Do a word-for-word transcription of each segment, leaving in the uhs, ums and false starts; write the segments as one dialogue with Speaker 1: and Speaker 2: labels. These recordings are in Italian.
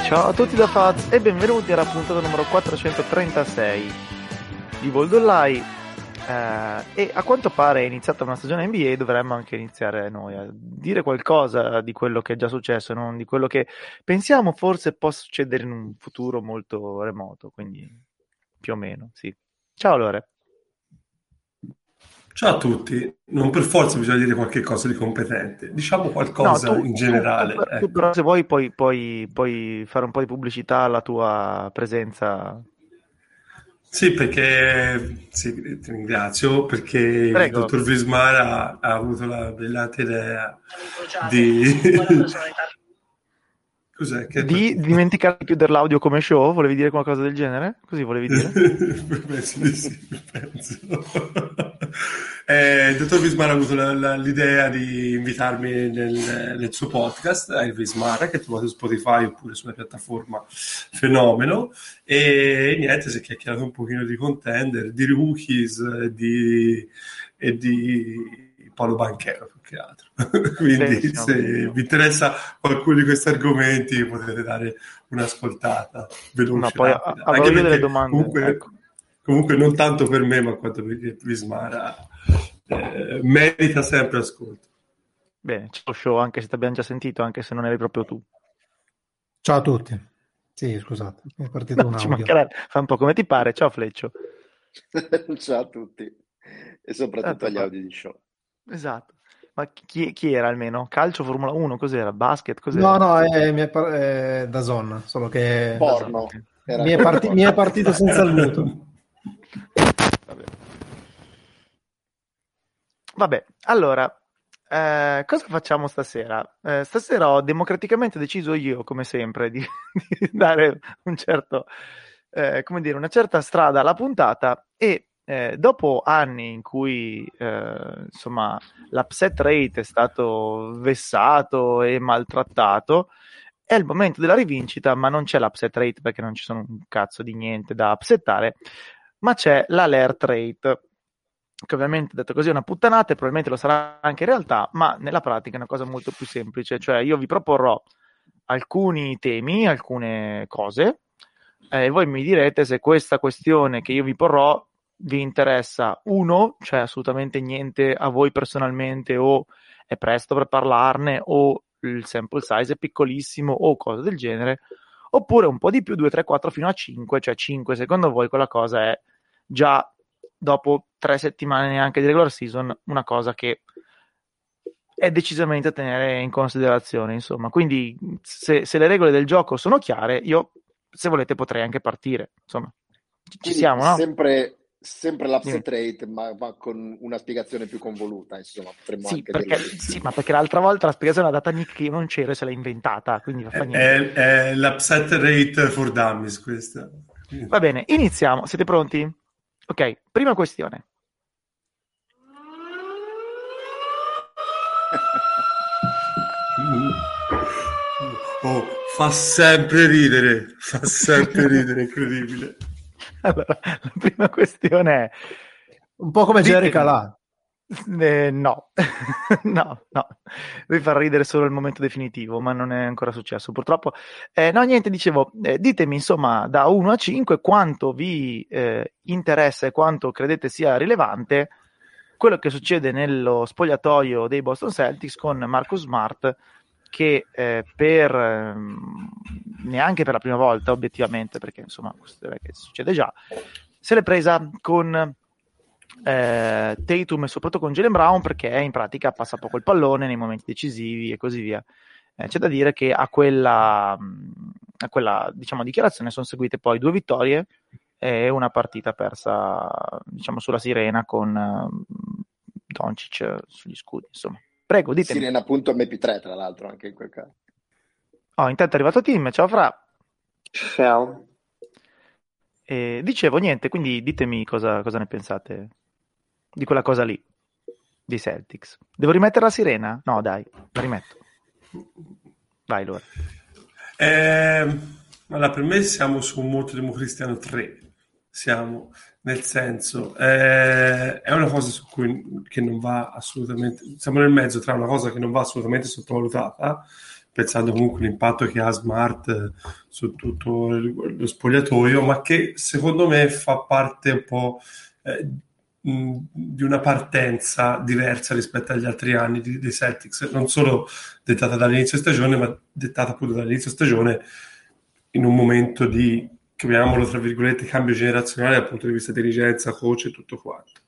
Speaker 1: Ciao a tutti da Faz e benvenuti alla puntata numero quattrocentotrentasei di Voldollai. Eh, e a quanto pare è iniziata una stagione N B A, dovremmo anche iniziare noi a dire qualcosa di quello che è già successo, non di quello che pensiamo forse possa succedere in un futuro molto remoto, quindi più o meno, sì. Ciao Lore.
Speaker 2: Ciao a tutti, non per forza bisogna dire qualche cosa di competente, diciamo
Speaker 1: No,
Speaker 2: qualcosa
Speaker 1: tu,
Speaker 2: in
Speaker 1: tu, tu,
Speaker 2: generale,
Speaker 1: per- tu
Speaker 2: ecco.
Speaker 1: però se vuoi puoi, puoi, puoi fare un po' di pubblicità alla tua presenza.
Speaker 2: Sì, perché sì, ti ringrazio perché il
Speaker 1: Prego.
Speaker 2: dottor Vismara ha avuto la brillante idea di... Cos'è? Che è
Speaker 1: Di
Speaker 2: partito?
Speaker 1: dimenticare di chiudere l'audio come show, volevi dire qualcosa del genere? Così volevi dire?
Speaker 2: Penso di sì, penso. Eh, il dottor Vismara ha avuto la- la- l'idea di invitarmi nel, nel suo podcast, eh, il Vismara, che trovate su Spotify oppure sulla piattaforma Fenomeno, e niente, si è chiacchierato un pochino di contender, di rookies e di, e di Paolo Banchero più che altro. Quindi
Speaker 1: Benissimo,
Speaker 2: se
Speaker 1: benissimo.
Speaker 2: vi interessa qualcuno di questi argomenti potete dare un'ascoltata
Speaker 1: No,
Speaker 2: veloce,
Speaker 1: poi a-
Speaker 2: rapida,
Speaker 1: avrò
Speaker 2: anche
Speaker 1: io delle
Speaker 2: perché
Speaker 1: domande,
Speaker 2: comunque,
Speaker 1: ecco.
Speaker 2: comunque non tanto per me ma quanto perché Vismara eh, merita sempre ascolto.
Speaker 1: Bene, c'è lo show, anche se ti abbiamo già sentito, anche se non eri proprio tu.
Speaker 3: Ciao a tutti. Sì, scusate, mi è partito
Speaker 1: No,
Speaker 3: un
Speaker 1: ci
Speaker 3: audio.
Speaker 1: mancherebbe, fa un po' come ti pare. Ciao Fleccio.
Speaker 4: Ciao a tutti e soprattutto
Speaker 1: Tanto
Speaker 4: agli
Speaker 1: fa-
Speaker 4: audio di show.
Speaker 1: Esatto. Ma chi, chi era almeno? Calcio, Formula uno, cos'era? Basket,
Speaker 3: No,
Speaker 1: cos'era?
Speaker 3: no, è, mi è par- è da zona, solo che
Speaker 1: Da zona,
Speaker 4: Porno,
Speaker 1: ok.
Speaker 4: era
Speaker 3: mi è,
Speaker 4: come
Speaker 3: parti- mi è
Speaker 4: porno.
Speaker 3: partito senza il muto.
Speaker 1: Vabbè. Vabbè, allora, eh, cosa facciamo stasera? Eh, stasera ho democraticamente deciso io, come sempre, di, di dare un certo, eh, come dire, una certa strada alla puntata e eh, dopo anni in cui, eh, insomma, l'upset rate è stato vessato e maltrattato, è il momento della rivincita, ma non c'è l'upset rate perché non ci sono un cazzo di niente da upsettare, ma c'è l'alert rate, che ovviamente detto così è una puttanata e probabilmente lo sarà anche in realtà, ma nella pratica è una cosa molto più semplice, cioè io vi proporrò alcuni temi, alcune cose, e eh, voi mi direte se questa questione che io vi porrò vi interessa, uno, cioè assolutamente niente a voi personalmente o è presto per parlarne o il sample size è piccolissimo o cose del genere, oppure un po' di più, due, tre, quattro fino a cinque, cioè cinque secondo voi quella cosa è già dopo tre settimane neanche di regular season una cosa che è decisamente da tenere in considerazione, insomma. Quindi se, se le regole del gioco sono chiare, io se volete potrei anche partire, insomma. Ci, ci
Speaker 4: Quindi
Speaker 1: siamo, no?
Speaker 4: sempre, sempre
Speaker 1: Dimmi.
Speaker 4: l'upset rate, ma, ma con una spiegazione più convoluta, insomma, potremmo
Speaker 1: Sì,
Speaker 4: anche dirla
Speaker 1: perché,
Speaker 4: così.
Speaker 1: sì, ma perché l'altra volta la spiegazione l'ha data Nick che io non c'ero e se l'ha inventata, quindi fa, fa
Speaker 2: È,
Speaker 1: niente.
Speaker 2: è, è l'upset rate for dummies questa.
Speaker 1: Va bene, iniziamo. Siete pronti? Ok, prima questione.
Speaker 2: Oh, fa sempre ridere, fa sempre ridere, incredibile.
Speaker 1: Allora, la prima questione è:
Speaker 3: Un po' come Jerry
Speaker 1: ditemi.
Speaker 3: Calà.
Speaker 1: Eh, no, no, no, devi far ridere solo il momento definitivo, ma non è ancora successo purtroppo. Eh, no, niente, dicevo, eh, ditemi insomma da uno a cinque quanto vi eh, interessa e quanto credete sia rilevante quello che succede nello spogliatoio dei Boston Celtics con Marcus Smart che eh, per ehm, neanche per la prima volta obiettivamente, perché insomma questo è che succede già, se l'è presa con eh, Tatum e soprattutto con Jaylen Brown perché in pratica passa poco il pallone nei momenti decisivi e così via. Eh, c'è da dire che a quella, a quella diciamo, dichiarazione sono seguite poi due vittorie e una partita persa diciamo sulla sirena con uh, Doncic sugli scudi, insomma. Prego, ditemi.
Speaker 4: Sirena punto emme pi tre, tra l'altro, anche in quel caso.
Speaker 1: Oh, intanto è arrivato Tim, ciao Fra.
Speaker 5: Ciao.
Speaker 1: E dicevo niente, quindi ditemi cosa, cosa ne pensate di quella cosa lì, di Celtics. Devo rimettere la sirena? No, dai, la rimetto. Vai, allora.
Speaker 2: Eh, allora, per me siamo su un molto democristiano tre. Siamo nel senso, eh, è una cosa su cui che non va assolutamente, siamo nel mezzo tra una cosa che non va assolutamente sottovalutata, pensando comunque all'impatto che ha Smart su tutto lo spogliatoio, ma che secondo me fa parte un po' eh, mh, di una partenza diversa rispetto agli altri anni di- dei Celtics, non solo dettata dall'inizio stagione, ma dettata appunto dall'inizio stagione in un momento di, chiamiamolo tra virgolette, cambio generazionale dal punto di vista dirigenza, coach e tutto quanto.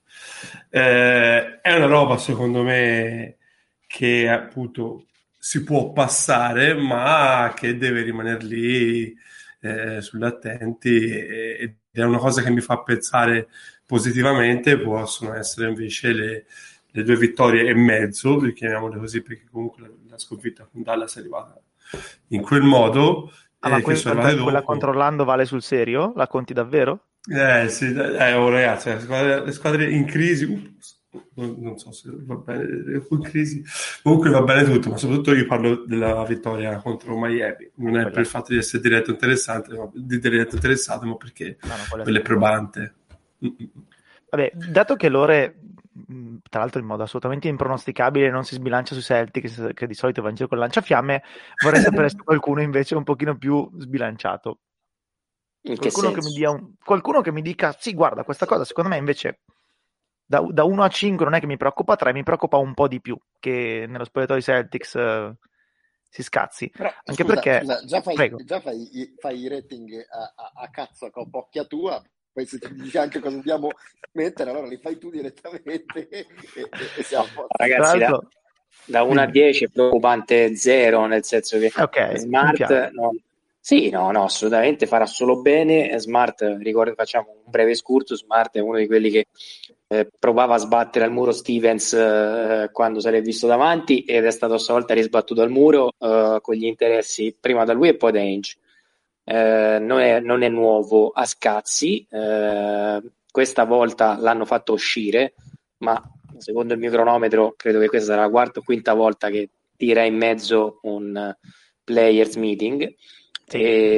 Speaker 2: Eh, è una roba, secondo me, che appunto si può passare, ma che deve rimanere lì eh, sull'attenti, e- ed è una cosa che mi fa pensare positivamente. Possono essere invece le, le due vittorie e mezzo, chiamiamole così, perché comunque la, la sconfitta con Dallas è arrivata in quel modo,
Speaker 1: Ah, ma
Speaker 2: eh, che
Speaker 1: quindi
Speaker 2: sono
Speaker 1: quanta-
Speaker 2: arrivate
Speaker 1: quella
Speaker 2: dopo.
Speaker 1: contro Orlando vale sul serio? La conti davvero?
Speaker 2: Eh sì, eh, oh, ragazzi, le squadre, le squadre in crisi, ups, non, non so se va bene, in crisi, comunque va bene tutto, ma soprattutto io parlo della vittoria contro Miami, non è per
Speaker 1: Quella
Speaker 2: il fatto di essere diretto interessante, ma, di diretto interessato, ma perché
Speaker 1: No, no, quella
Speaker 2: quella è
Speaker 1: sicuro.
Speaker 2: probante. Mm-mm.
Speaker 1: Vabbè, dato che Lore, mh, tra l'altro in modo assolutamente impronosticabile, non si sbilancia sui Celtics, che di solito va in giro con il lanciafiamme, vorrei sapere se qualcuno invece è un pochino più sbilanciato.
Speaker 5: In che
Speaker 1: Qualcuno che mi
Speaker 5: senso?
Speaker 1: dia un- qualcuno che mi dica, sì, guarda, questa cosa secondo me invece da, da uno a cinque non è che mi preoccupa tre, mi preoccupa un po' di più che nello spogliatoio Celtics eh, si scazzi.
Speaker 4: Però
Speaker 1: Anche
Speaker 4: scusa,
Speaker 1: perché,
Speaker 4: scusa, già fai,
Speaker 1: prego.
Speaker 4: già fai, i- fai i rating a, a, a cazzo a bocchia tua, poi se ci dici anche cosa dobbiamo mettere, allora li fai tu direttamente e, e, e siamo a posto.
Speaker 1: Tra
Speaker 5: Ragazzi, da,
Speaker 1: l'altro,
Speaker 5: da uno a
Speaker 1: dimmi.
Speaker 5: dieci è preoccupante zero, nel senso che
Speaker 1: Eh, ok, mi piace.
Speaker 5: Smart, no, sì, no, no, assolutamente farà solo bene. Smart, ricordo, facciamo un breve scurto. Smart è uno di quelli che eh, provava a sbattere al muro Stevens eh, quando se l'è visto davanti, ed è stato stavolta risbattuto al muro eh, con gli interessi prima da lui e poi da Ainge. Eh, non è, non è nuovo a scazzi, eh, questa volta l'hanno fatto uscire, ma secondo il mio cronometro credo che questa sarà la quarta o quinta volta che tira in mezzo un uh, players meeting,
Speaker 1: Sì.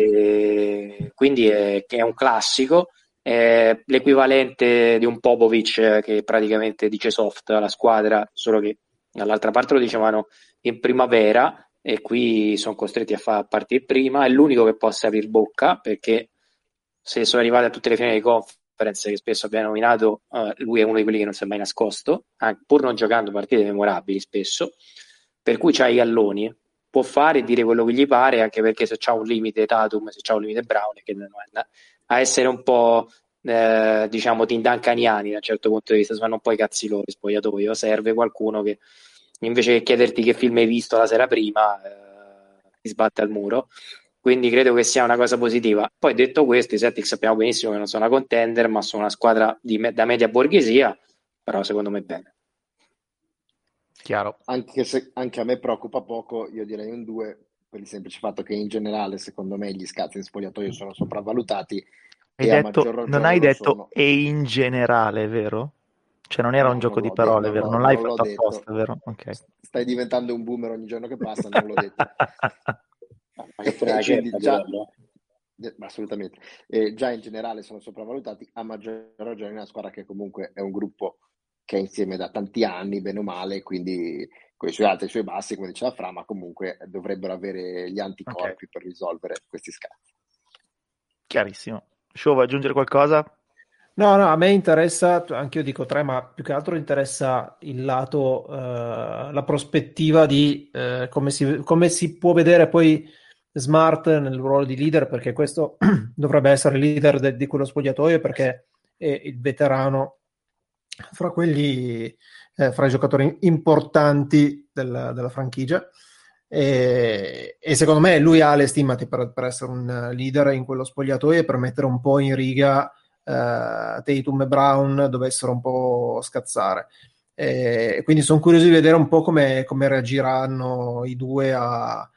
Speaker 5: e quindi è, è un classico, è l'equivalente di un Popovic eh, che praticamente dice soft alla squadra, solo che dall'altra parte lo dicevano in primavera e qui sono costretti a far partire prima. È l'unico che possa aprire bocca, perché se sono arrivati a tutte le finali di conference che spesso abbiamo nominato, eh, lui è uno di quelli che non si è mai nascosto, anche, pur non giocando partite memorabili spesso, per cui c'ha i galloni, può fare e dire quello che gli pare, anche perché se c'ha un limite Tatum, se c'ha un limite Brown, che non è, a essere un po' eh, diciamo tindancaniani da un certo punto di vista, si fanno un po' i cazzi loro in spogliatoio, serve qualcuno che invece che chiederti che film hai visto la sera prima eh, ti sbatte al muro, quindi credo che sia una cosa positiva. Poi detto questo, i Celtics sappiamo benissimo che non sono una contender, ma sono una squadra di me- da media borghesia, però secondo me bene.
Speaker 1: Chiaro.
Speaker 4: Anche se anche a me preoccupa poco, io direi un due, per il semplice fatto che in generale, secondo me, gli scatti in spogliatoio sono sopravvalutati
Speaker 1: Hai
Speaker 4: e a maggior
Speaker 1: detto, non
Speaker 4: ragione
Speaker 1: hai
Speaker 4: lo
Speaker 1: detto
Speaker 4: sono.
Speaker 1: e in generale, vero? Cioè non era un
Speaker 4: No,
Speaker 1: gioco
Speaker 4: non
Speaker 1: di
Speaker 4: l'ho de-
Speaker 1: parole,
Speaker 4: non
Speaker 1: vero?
Speaker 4: l'ho-
Speaker 1: Non l'hai
Speaker 4: non l'ho
Speaker 1: fatto
Speaker 4: detto.
Speaker 1: apposta, vero? Ok.
Speaker 4: Stai diventando un boomer ogni giorno che passa, non l'ho detto.
Speaker 5: Ma che pure una
Speaker 4: E quindi
Speaker 5: certa,
Speaker 4: già,
Speaker 5: Pirello.
Speaker 4: eh, assolutamente, Eh, già in generale sono sopravvalutati, a maggior ragione in una squadra che comunque è un gruppo che è insieme da tanti anni, bene o male, quindi con i suoi alti e i suoi bassi, come diceva Fra, ma comunque dovrebbero avere gli
Speaker 1: Ok,
Speaker 4: anticorpi per risolvere questi scatti.
Speaker 1: chiarissimo. Show, vuoi aggiungere qualcosa?
Speaker 3: No, no, a me interessa, anche io dico tre, ma più che altro interessa il lato, eh, la prospettiva di eh, come si, come si può vedere poi Smart nel ruolo di leader, perché questo dovrebbe essere il leader de- di quello spogliatoio, perché è il veterano fra quelli, eh, fra i giocatori importanti del- della franchigia. E, e secondo me lui ha le stimati per, per essere un leader in quello spogliatoio e per mettere un po' in riga eh, Tatum e Brown dovessero un po' scazzare. E quindi sono curioso di vedere un po' come, come reagiranno i due a, a,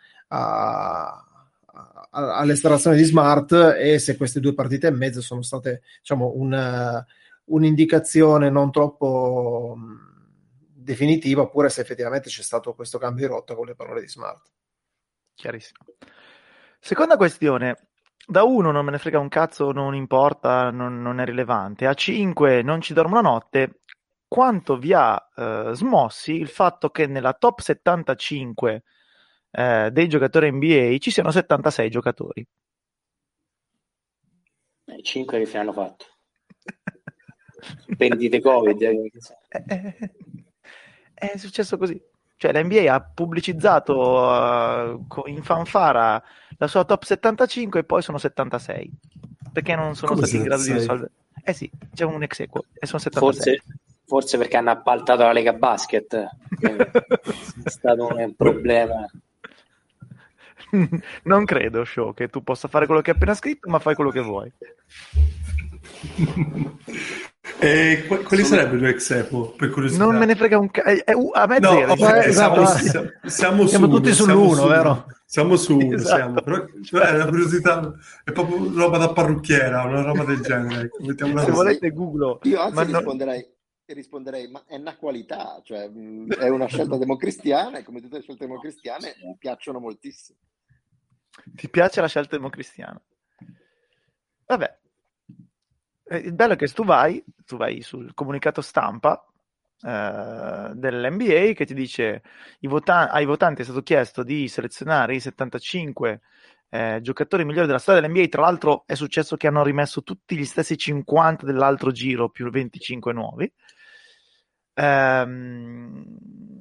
Speaker 3: a, all'estrazione di Smart, e se queste due partite e mezzo sono state, diciamo, un, un'indicazione non troppo mh, definitiva, oppure se effettivamente c'è stato questo cambio di rotta con le parole di Smart.
Speaker 1: Chiarissimo. Seconda questione. Da uno non me ne frega un cazzo, non importa, non, non è rilevante. A cinque non ci dormo la notte. Quanto vi ha eh, smossi il fatto che nella top settantacinque eh, dei giocatori N B A ci siano settantasei giocatori?
Speaker 5: Eh, cinque che fine hanno fatto? Pendite Covid. eh.
Speaker 1: È, è- è successo così. Cioè la N B A ha pubblicizzato eh, co- in fanfara la sua top settantacinque e poi sono settantasei. Perché non sono
Speaker 2: Come
Speaker 1: stati in grado di
Speaker 2: settantasei?
Speaker 1: risolvere. Eh sì, c'è un ex equo e sono settantasei.
Speaker 5: Forse, forse perché hanno appaltato la Lega Basket. Quindi è stato un problema.
Speaker 1: Non credo, Show, che tu possa fare quello che hai appena scritto, ma fai quello che vuoi.
Speaker 2: E qu- quali
Speaker 4: Sono-
Speaker 2: sarebbero ex equo, per curiosità?
Speaker 1: Non me ne frega un cazzo. A me
Speaker 2: No,
Speaker 1: zero.
Speaker 2: ok,
Speaker 3: Eh, esatto,
Speaker 2: siamo,
Speaker 3: eh.
Speaker 2: siamo, siamo
Speaker 3: Siamo
Speaker 2: su
Speaker 3: tutti
Speaker 2: uno,
Speaker 3: sull'uno,
Speaker 2: siamo su
Speaker 3: vero?
Speaker 2: uno. Siamo su uno,
Speaker 1: Esatto.
Speaker 2: siamo. Però, però è una curiosità, è proprio roba da parrucchiera, una roba del genere. Ecco, mettiamola
Speaker 1: Se
Speaker 2: così.
Speaker 1: volete googlo.
Speaker 4: Io anzi
Speaker 1: Ma non-
Speaker 4: risponderei, risponderei, ma è una qualità, cioè mh, è una scelta democristiana e come tutte le scelte democristiane piacciono moltissimo.
Speaker 1: Ti piace la scelta democristiana? Vabbè. Eh, Il bello è che se tu vai, tu vai sul comunicato stampa eh, dell'N B A che ti dice i vota- ai votanti è stato chiesto di selezionare i settantacinque eh, giocatori migliori della storia dell'N B A. Tra l'altro è successo che hanno rimesso tutti gli stessi cinquanta dell'altro giro più venticinque nuovi. Ehm,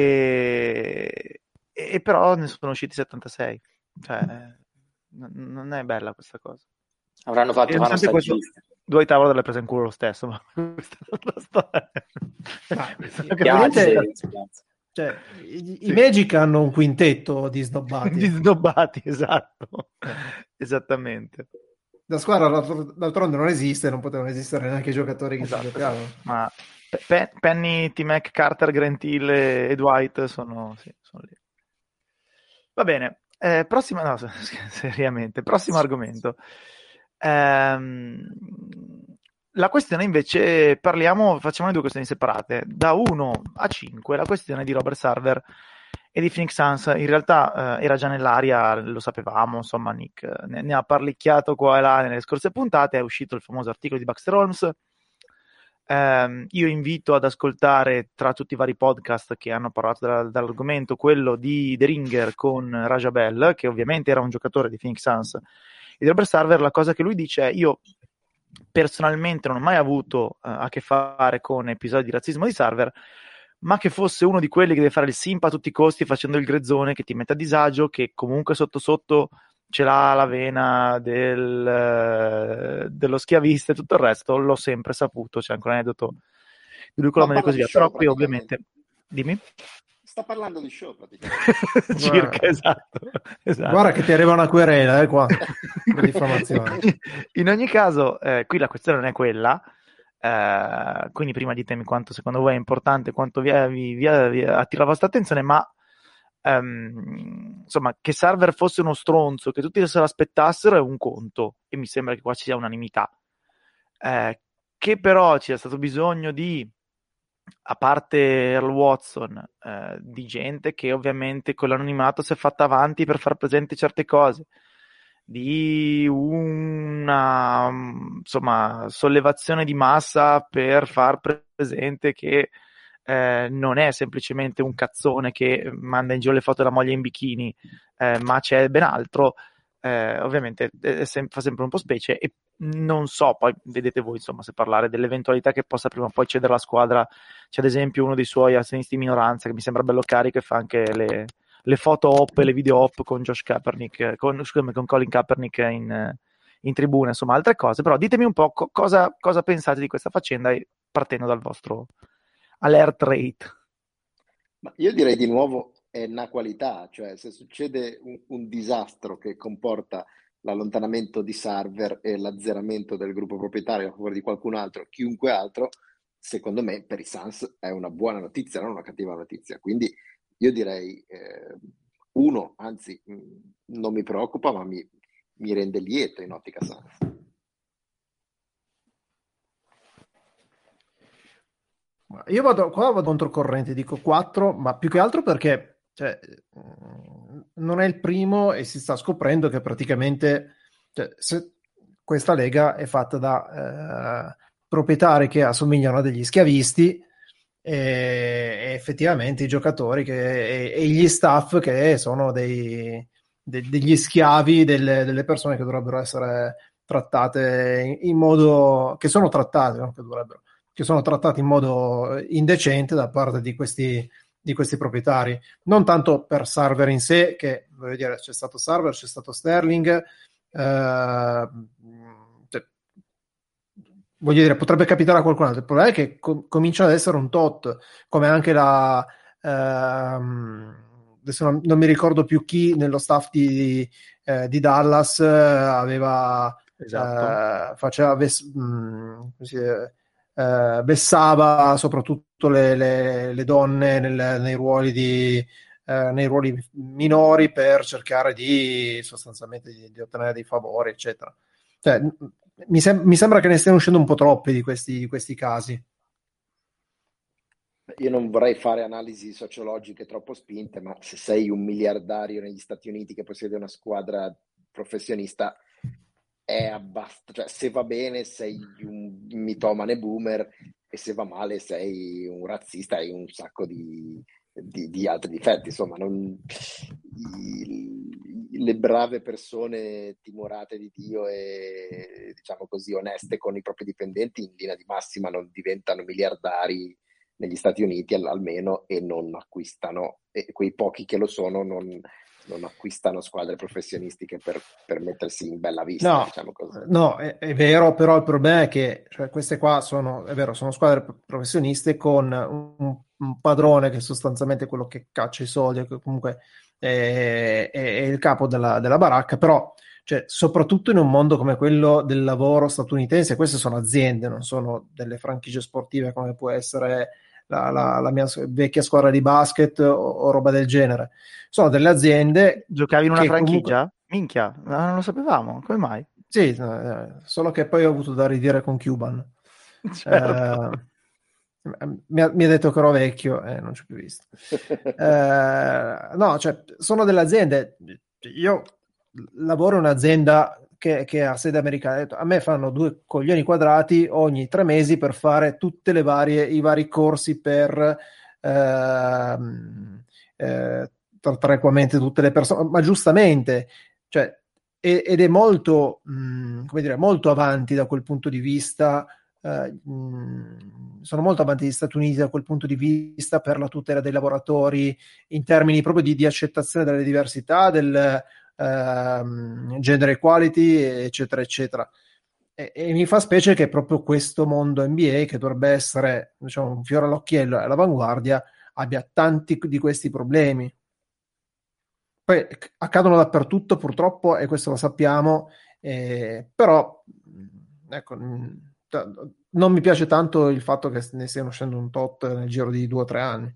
Speaker 1: e, e però ne sono usciti settantasei. Cioè, n- non è bella questa cosa.
Speaker 5: Avranno fatto
Speaker 1: E
Speaker 5: fare uno
Speaker 1: nonostante questo,
Speaker 5: stagista.
Speaker 1: Dwight Howard l'ha presa in culo lo stesso, ma questa è un'altra storia.
Speaker 3: Ma,
Speaker 1: Questa è
Speaker 3: eh,
Speaker 1: una
Speaker 3: ovviamente-
Speaker 1: cavolata.
Speaker 3: Cioè, i, i
Speaker 1: Sì.
Speaker 3: Magic hanno un quintetto di snobbati.
Speaker 1: Di snobbati, esatto.
Speaker 3: Eh.
Speaker 1: Esattamente.
Speaker 3: La squadra d'alt- d'altronde non esiste, non potevano esistere neanche i giocatori che
Speaker 1: Esatto,
Speaker 3: ci giocavano.
Speaker 1: esatto. Ma Pe- Pe- Penny, T-Mac, Carter, Grant Hill e e Dwight sono, sì, sono lì. Va bene, eh, prossima, no, seriamente, prossimo argomento. Ehm, la questione invece, parliamo, facciamo le due questioni separate. Da uno a cinque la questione di Robert Sarver e di Phoenix Suns. In realtà eh, era già nell'aria, lo sapevamo, insomma Nick eh, ne, ne ha parlicchiato qua e là nelle scorse puntate, è uscito il famoso articolo di Baxter Holmes. Um, io invito ad ascoltare tra tutti i vari podcast che hanno parlato da, dall'argomento quello di The Ringer con Raja Bell, che ovviamente era un giocatore di Phoenix Suns e di Robert Sarver. La cosa che lui dice è: io personalmente non ho mai avuto uh, a che fare con episodi di razzismo di Sarver, ma che fosse uno di quelli che deve fare il simp a tutti i costi facendo il grezzone, che ti mette a disagio, che comunque sotto sotto ce l'ha la vena del, dello schiavista e tutto il resto, l'ho sempre saputo. C'è anche un aneddoto di lui con la
Speaker 4: Ma
Speaker 1: mano e
Speaker 4: parla
Speaker 1: così
Speaker 4: di
Speaker 1: via.
Speaker 4: show,
Speaker 1: Però qui ovviamente, dimmi.
Speaker 4: Sta parlando di show praticamente.
Speaker 1: Circa, esatto, esatto.
Speaker 3: Guarda che ti arriva una querela, eh, qua, per diffamazione.
Speaker 1: In ogni caso, eh, qui la questione non è quella, eh, quindi prima ditemi quanto secondo voi è importante, quanto vi, vi, vi, vi attira la vostra attenzione, ma Um, insomma, che Sarver fosse uno stronzo, che tutti se l'aspettassero è un conto, e mi sembra che qua ci sia unanimità. Eh, che però ci sia stato bisogno di, a parte Earl Watson, eh, di gente che ovviamente con l'anonimato si è fatta avanti per far presente certe cose, di una insomma sollevazione di massa per far presente che Eh, non è semplicemente un cazzone che manda in giro le foto della moglie in bikini, eh, ma c'è ben altro. Eh, ovviamente è sem- fa sempre un po' specie, e non so, poi vedete voi insomma se parlare dell'eventualità che possa prima o poi cedere la squadra. C'è ad esempio uno dei suoi azionisti di minoranza che mi sembra bello carico e fa anche le, le foto op e le video op con Josh Kaepernick, con, scusami, con Colin Kaepernick in, in tribuna, insomma altre cose. Però ditemi un po' co- cosa, cosa pensate di questa faccenda, partendo dal vostro alert rate.
Speaker 4: Ma io direi di nuovo è una qualità, cioè se succede un, un disastro che comporta l'allontanamento di Sarver e l'azzeramento del gruppo proprietario a favore di qualcun altro, chiunque altro, secondo me per i Suns è una buona notizia, non una cattiva notizia. Quindi io direi eh, uno, anzi mh, non mi preoccupa, ma mi, mi rende lieto in ottica Suns.
Speaker 3: Io vado qua, vado controcorrente, dico quattro, ma più che altro perché cioè, non è il primo e si sta scoprendo che praticamente Cioè, se questa lega è fatta da eh, proprietari che assomigliano a degli schiavisti e, e effettivamente i giocatori che, e, e gli staff che sono dei, de- degli schiavi delle, delle persone che dovrebbero essere trattate in, in modo che sono trattate, non che dovrebbero, che sono trattate in modo indecente da parte di questi, di questi proprietari, non tanto per Sarver in sé, che voglio dire, c'è stato Sarver, c'è stato Sterling. Uh, cioè, voglio dire, potrebbe capitare a qualcun altro. Il problema è che com- cominciano ad essere un tot, come anche la ehm, adesso non, non mi ricordo più chi nello staff di, eh, di Dallas eh, aveva
Speaker 1: Esatto.
Speaker 3: eh, faceva ves- mh, così, eh, vessava soprattutto le, le, le donne nel, nei ruoli di Eh, nei ruoli minori per cercare di sostanzialmente di, di ottenere dei favori, eccetera. Cioè, mi, sem- mi sembra che ne stiano uscendo un po' troppi di questi, di questi casi.
Speaker 4: Io non vorrei fare analisi sociologiche troppo spinte, ma se sei un miliardario negli Stati Uniti che possiede una squadra professionista, è abbastanza, cioè, se va bene sei un mitomane boomer e se va male sei un razzista e un sacco di, di, di altri difetti. Insomma, non, i, le brave persone timorate di Dio e, diciamo così, oneste con i propri dipendenti in linea di massima non diventano miliardari negli Stati Uniti almeno, e non acquistano, e quei pochi che lo sono non, non acquistano squadre professionistiche per, per mettersi in bella vista,
Speaker 3: No,
Speaker 4: diciamo così.
Speaker 3: no, è, è vero, però il problema è che cioè, queste qua sono, è vero, sono squadre professioniste con un, un padrone che è sostanzialmente quello che caccia i soldi, che comunque è, è, è il capo della, della baracca, però cioè, soprattutto in un mondo come quello del lavoro statunitense, queste sono aziende, non sono delle franchigie sportive come può essere la, la, la mia vecchia squadra di basket o, o roba del genere. Sono delle aziende
Speaker 1: Giocavi in una
Speaker 3: che
Speaker 1: franchigia?
Speaker 3: comunque...
Speaker 1: Minchia, ma non lo sapevamo, come mai?
Speaker 3: Sì, eh, solo che poi ho avuto da ridire con Cuban.
Speaker 1: Certo.
Speaker 3: Eh, mi, ha, mi ha detto che ero vecchio e non ci ho più visto. Eh, no, cioè, sono delle aziende. Io lavoro in un'azienda che, che ha sede americana. A me fanno due coglioni quadrati ogni tre mesi per fare tutte le varie, i vari corsi per ehm, eh, tra, tra equamente tutte le persone, ma giustamente, cioè, ed è molto, mh, come dire, molto avanti da quel punto di vista. Uh, mh, sono molto avanti gli Stati Uniti da quel punto di vista per la tutela dei lavoratori in termini proprio di, di accettazione delle diversità, del uh, gender equality, eccetera, eccetera. E, e mi fa specie che proprio questo mondo N B A, che dovrebbe essere, diciamo, un fiore all'occhiello e all'avanguardia, abbia tanti di questi problemi. Poi accadono dappertutto purtroppo, e questo lo sappiamo, eh, però ecco, non mi piace tanto il fatto che ne stiano uscendo un tot nel giro di due o tre anni.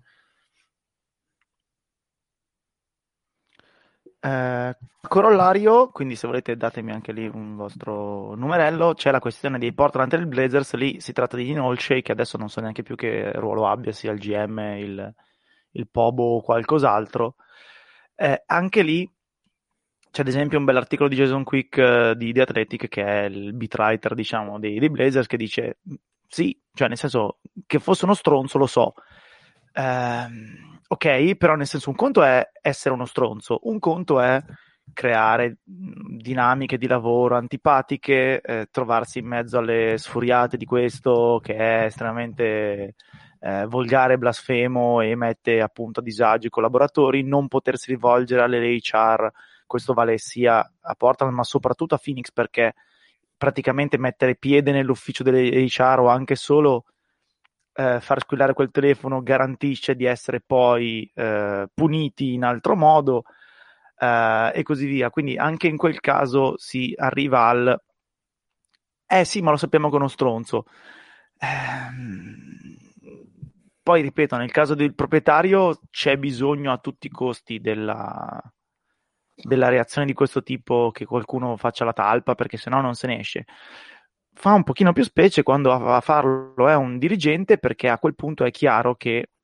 Speaker 1: Eh, corollario, quindi se volete datemi anche lì un vostro numerello, c'è la questione dei Portland Trail Blazers. Lì si tratta di Dean Olshey, che adesso non so neanche più che ruolo abbia, sia il G M, il, il Pobo o qualcos'altro. Eh, anche lì c'è ad esempio un bell'articolo di Jason Quick eh, di The Athletic, che è il beat writer, diciamo, dei, dei Blazers, che dice sì, cioè nel senso che fosse uno stronzo lo so, ehm, ok, però nel senso un conto è essere uno stronzo, un conto è creare dinamiche di lavoro antipatiche, eh, trovarsi in mezzo alle sfuriate di questo che è estremamente eh, volgare, blasfemo e mette appunto a disagio i collaboratori, non potersi rivolgere alle H R. Questo vale sia a Portland ma soprattutto a Phoenix, perché praticamente mettere piede nell'ufficio delle H R o anche solo eh, far squillare quel telefono garantisce di essere poi eh, puniti in altro modo eh, e così via. Quindi anche in quel caso si arriva al eh sì, ma lo sappiamo che è uno stronzo. Ehm... Poi ripeto, nel caso del proprietario c'è bisogno a tutti i costi della, della reazione di questo tipo, che qualcuno faccia la talpa, perché sennò non se ne esce. Fa un pochino più specie quando a farlo è un dirigente, perché a quel punto è chiaro che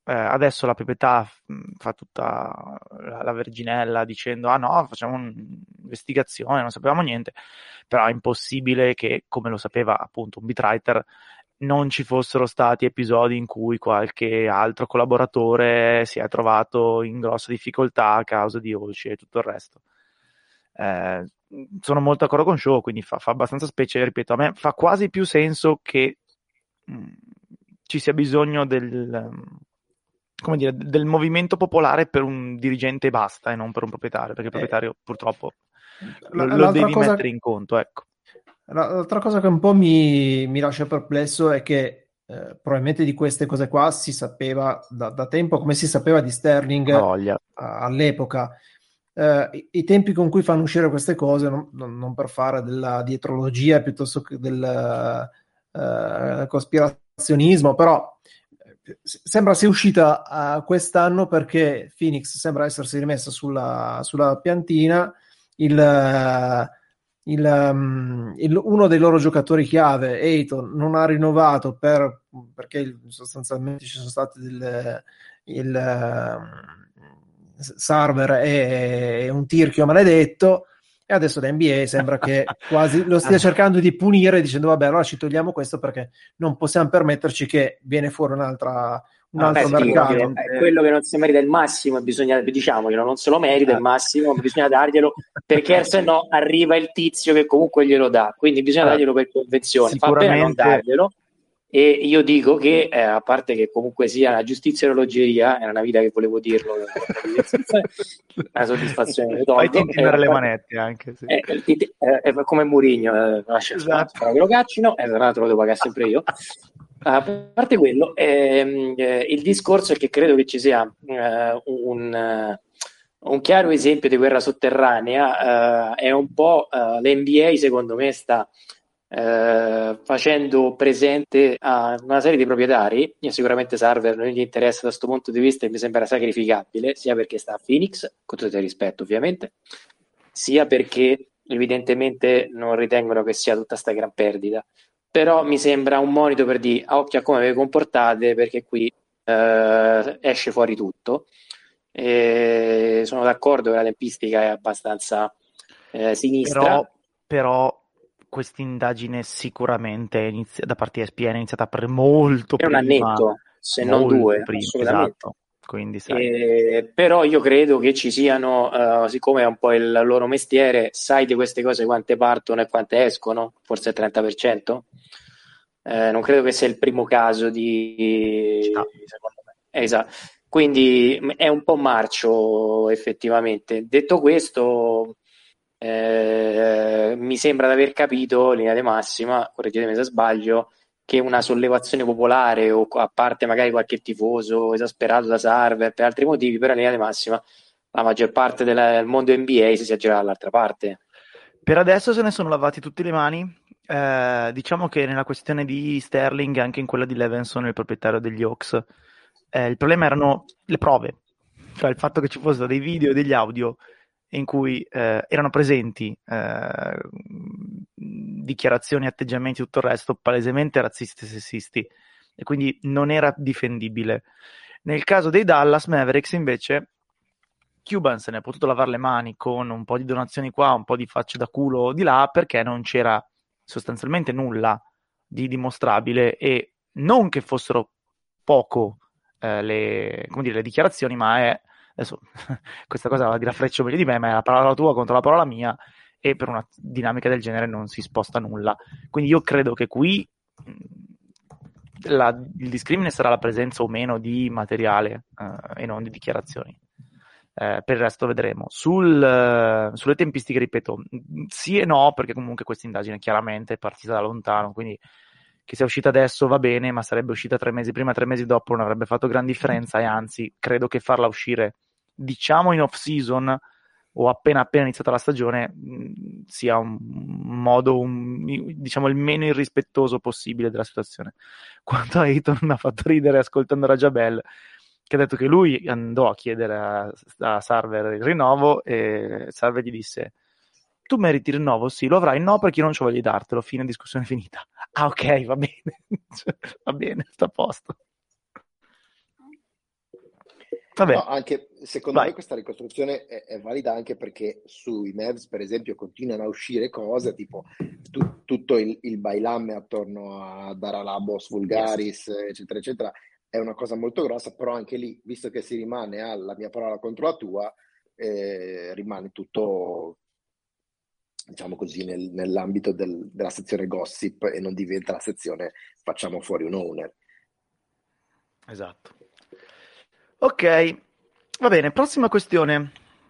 Speaker 1: eh, adesso la proprietà mh, fa tutta la, la verginella dicendo ah no, facciamo un'investigazione, non sapevamo niente, però è impossibile che, come lo sapeva appunto un beatwriter, non ci fossero stati episodi in cui qualche altro collaboratore si è trovato in grossa difficoltà a causa di Olci e tutto il resto. Eh, sono molto d'accordo con Shaw, quindi fa, fa abbastanza specie, ripeto, a me fa quasi più senso che mh, ci sia bisogno del, come dire, del movimento popolare per un dirigente e basta, e non per un proprietario, perché il proprietario eh, purtroppo lo, lo devi cosa... mettere in conto, ecco.
Speaker 3: L'altra cosa che un po' mi, mi lascia perplesso è che eh, probabilmente di queste cose qua si sapeva da, da tempo, come si sapeva di Sterling a, all'epoca. Uh, i, i tempi con cui fanno uscire queste cose, non, non, non per fare della dietrologia piuttosto che del uh, cospirazionismo, però eh, sembra sia uscita uh, quest'anno perché Phoenix sembra essersi rimessa sulla, sulla piantina. Il, uh, il, um, il, uno dei loro giocatori chiave, Ayton, non ha rinnovato per, perché sostanzialmente ci sono state delle il, uh, Sarver è un tirchio maledetto e adesso la N B A sembra che quasi lo stia cercando di punire dicendo vabbè allora ci togliamo questo perché non possiamo permetterci che viene fuori un'altra un
Speaker 5: ah,
Speaker 3: altro
Speaker 5: beh,
Speaker 3: mercato.
Speaker 5: Sì, è quello che non si merita il massimo, bisogna, diciamoglielo, non se lo merita il massimo, bisogna darglielo perché se no arriva il tizio che comunque glielo dà, quindi bisogna darglielo per convenzione, fa bene a non darglielo. E io dico che, eh, a parte che comunque sia la giustizia e l'orologeria, era una vita che volevo dirlo, una soddisfazione.
Speaker 1: Fai tintinare le manette anche. Sì.
Speaker 5: È, è, è, è come Mourinho, eh, lascia esatto. Spazio, che lo caccino, e eh, tra l'altro lo devo pagare sempre io. A parte quello, ehm, eh, il discorso è che credo che ci sia eh, un, uh, un chiaro esempio di guerra sotterranea, uh, è un po' uh, l'N B A secondo me sta Uh, facendo presente a una serie di proprietari. Io sicuramente Sarver non gli interessa da questo punto di vista e mi sembra sacrificabile, sia perché sta a Phoenix, con tutto il rispetto ovviamente, sia perché evidentemente non ritengono che sia tutta sta gran perdita, però mi sembra un monito per dire a occhio a come vi comportate, perché qui uh, esce fuori tutto. E sono d'accordo che la tempistica è abbastanza eh, sinistra,
Speaker 1: però, però questa indagine sicuramente inizia, da parte di E S P N è iniziata per molto
Speaker 5: è
Speaker 1: prima.
Speaker 5: un annetto, se non due,
Speaker 1: prima,
Speaker 5: assolutamente.
Speaker 1: Esatto. Quindi, sai.
Speaker 5: Eh, però io credo che ci siano, uh, siccome è un po' il loro mestiere, sai di queste cose quante partono e quante escono, forse il trenta per cento. Eh, non credo che sia il primo caso di... secondo me. Esatto. Quindi è un po' marcio effettivamente. Detto questo... Eh, mi sembra di aver capito, linea di massima, correggetemi se sbaglio, che una sollevazione popolare o a parte magari qualche tifoso esasperato da Sarver per altri motivi, però in linea di massima la maggior parte del mondo N B A si sia girato dall'altra parte.
Speaker 1: Per adesso se ne sono lavati tutte le mani. Eh, diciamo che nella questione di Sterling, anche in quella di Levinson, il proprietario degli Hawks, eh, il problema erano le prove, cioè il fatto che ci fossero dei video e degli audio in cui eh, erano presenti eh, dichiarazioni, atteggiamenti e tutto il resto palesemente razzisti e sessisti, e quindi non era difendibile. Nel caso dei Dallas Mavericks invece Cuban se ne è potuto lavare le mani con un po' di donazioni qua, un po' di facce da culo di là, perché non c'era sostanzialmente nulla di dimostrabile, e non che fossero poco eh, le, come dire, le dichiarazioni, ma è adesso questa cosa la dirà Freccio meglio di me, ma è la parola tua contro la parola mia, e per una dinamica del genere non si sposta nulla. Quindi io credo che qui la, il discrimine sarà la presenza o meno di materiale eh, e non di dichiarazioni. Eh, per il resto vedremo. Sul, uh, sulle tempistiche, ripeto, sì e no, perché comunque questa indagine chiaramente è partita da lontano, quindi che sia uscita adesso va bene, ma sarebbe uscita tre mesi prima, tre mesi dopo non avrebbe fatto gran differenza, e anzi credo che farla uscire diciamo in off season o appena appena iniziata la stagione mh, sia un modo un, diciamo il meno irrispettoso possibile della situazione. Quanto a Ayton, mi ha fatto ridere ascoltando Rajabel, che ha detto che lui andò a chiedere a, a Sarver il rinnovo e Sarver gli disse: tu meriti il rinnovo? Sì, lo avrai. No, perché io non ci voglio dartelo. Fine, discussione finita. Ah, ok, va bene. Va bene, sta a posto. Vabbè,
Speaker 4: No, anche secondo
Speaker 1: vai.
Speaker 4: me questa ricostruzione è, è valida anche perché sui Mavs, per esempio, continuano a uscire cose tipo tu- tutto il, il bailamme attorno a Daralabos Vulgaris, eccetera, eccetera, è una cosa molto grossa, però anche lì, visto che si rimane alla mia parola contro la tua, eh, rimane tutto, diciamo così, nel- nell'ambito del- della sezione gossip e non diventa la sezione facciamo fuori un owner.
Speaker 1: Esatto. Ok, va bene, prossima questione.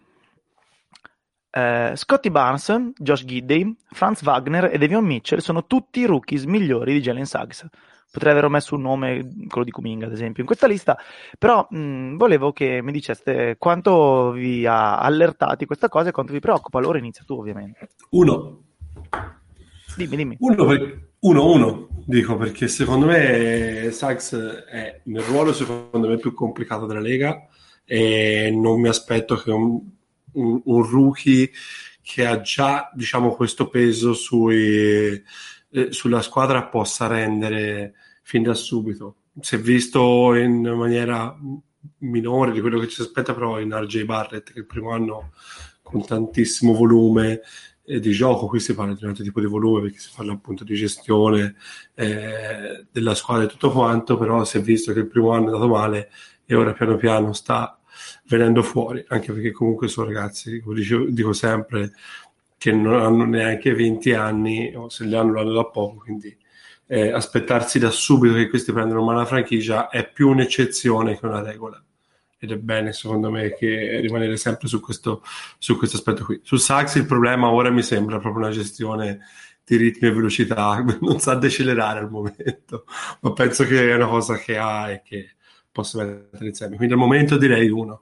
Speaker 1: Eh, Scottie Barnes, Josh Giddey, Franz Wagner e Davion Mitchell sono tutti i rookies migliori di Jalen Suggs. Potrei aver messo un nome, quello di Kuminga ad esempio, in questa lista, però mh, volevo che mi diceste quanto vi ha allertati questa cosa e quanto vi preoccupa. Allora inizia tu ovviamente.
Speaker 2: Uno.
Speaker 1: Dimmi, dimmi.
Speaker 2: Uno, per- uno, uno, dico, perché secondo me Suggs è nel ruolo secondo me più complicato della Lega e non mi aspetto che un, un, un rookie che ha già, diciamo, questo peso sui, eh, sulla squadra possa rendere fin da subito. Si è visto in maniera minore di quello che ci si aspetta, però in R J Barrett, che il primo anno con tantissimo volume eh, di gioco, qui si parla di un altro tipo di volume perché si parla appunto di gestione eh, della squadra e tutto quanto, però si è visto che il primo anno è andato male e ora piano piano sta venendo fuori, anche perché comunque sono ragazzi, come dicevo, dico sempre, che non hanno neanche venti anni, o se li hanno l'hanno da poco, quindi eh, aspettarsi da subito che questi prendano male la franchigia è più un'eccezione che una regola. Ed è bene, secondo me, che rimanere sempre su questo, su questo aspetto qui. Su Suggs il problema ora mi sembra proprio una gestione di ritmi e velocità, non sa decelerare al momento, ma penso che è una cosa che ha e che posso mettere insieme. Quindi al momento direi uno.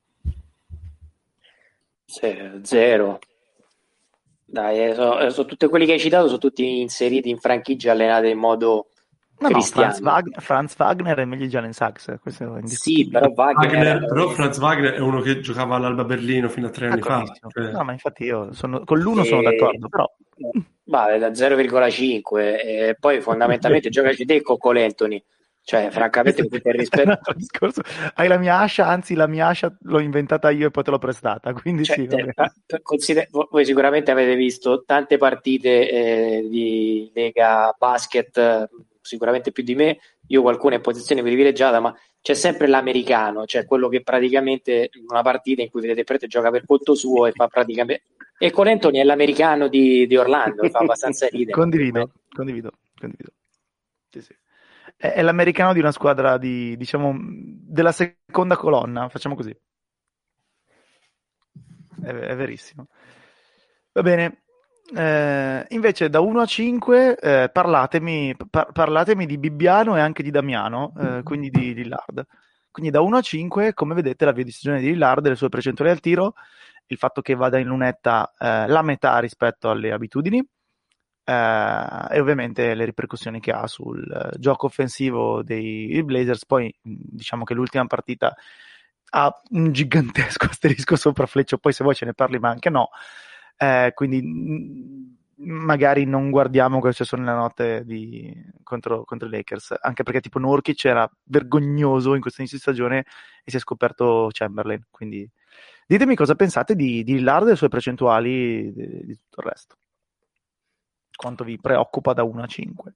Speaker 5: Sì, zero. Dai, eh, so- eh, sono tutti quelli che hai citato, sono tutti inseriti in franchigie allenate in modo
Speaker 1: No, no, Franz,
Speaker 5: cristiano.
Speaker 1: Wag- Franz Wagner è meglio di Jalen Suggs, questo è
Speaker 5: Sì,
Speaker 1: indiscutibile.
Speaker 5: però Wagner,
Speaker 2: Wagner, però
Speaker 5: eh,
Speaker 2: Franz Wagner è uno che giocava all'Alba Berlino fino a tre anni fa.
Speaker 1: D'accordissimo.
Speaker 2: Cioè,
Speaker 1: No, ma infatti io sono, con l'uno sono
Speaker 5: e,
Speaker 1: d'accordo, però...
Speaker 5: vale da zero virgola cinque e poi fondamentalmente giocaci te con Cole Anthony. Cioè, francamente,
Speaker 1: Questo,
Speaker 5: con tutto il
Speaker 1: questo è un
Speaker 5: rispetto,
Speaker 1: altro discorso. Hai la mia ascia, anzi la mia ascia l'ho inventata io e poi te l'ho prestata, quindi
Speaker 5: cioè,
Speaker 1: sì, va
Speaker 5: te-
Speaker 1: bene.
Speaker 5: pa- per consider- vo- voi sicuramente avete visto tante partite eh, di Lega Basket, eh, sicuramente più di me. Io qualcuna in posizione privilegiata, ma c'è sempre l'americano, cioè quello che praticamente in una partita in cui vedete il prete gioca per conto suo e fa praticamente. E con Anthony è l'americano di, di Orlando, e fa abbastanza ridere, ma più o meno.
Speaker 1: Condivido, condivido, condivido. Sì, sì. È, è l'americano di una squadra di, diciamo, della seconda colonna, facciamo così. È, è verissimo. Va bene. Eh, invece da uno a cinque eh, parlatemi, par- parlatemi di Bibbiano e anche di Damiano, eh, quindi di Lillard. Quindi da uno a cinque, come vedete, la via di stagione di Lillard, le sue percentuali al tiro, il fatto che vada in lunetta eh, la metà rispetto alle abitudini eh, e ovviamente le ripercussioni che ha sul eh, gioco offensivo dei Blazers. Poi diciamo che l'ultima partita ha un gigantesco asterisco sopra Fleccio, poi se vuoi ce ne parli ma anche no, eh, quindi mh, magari non guardiamo cosa c'è solo nella notte di, contro, contro i Lakers, anche perché tipo Nurkic era vergognoso in questo inizio di stagione e si è scoperto Chamberlain, quindi ditemi cosa pensate di, di Lillard e le sue percentuali di, di tutto il resto, quanto vi preoccupa da uno a cinque.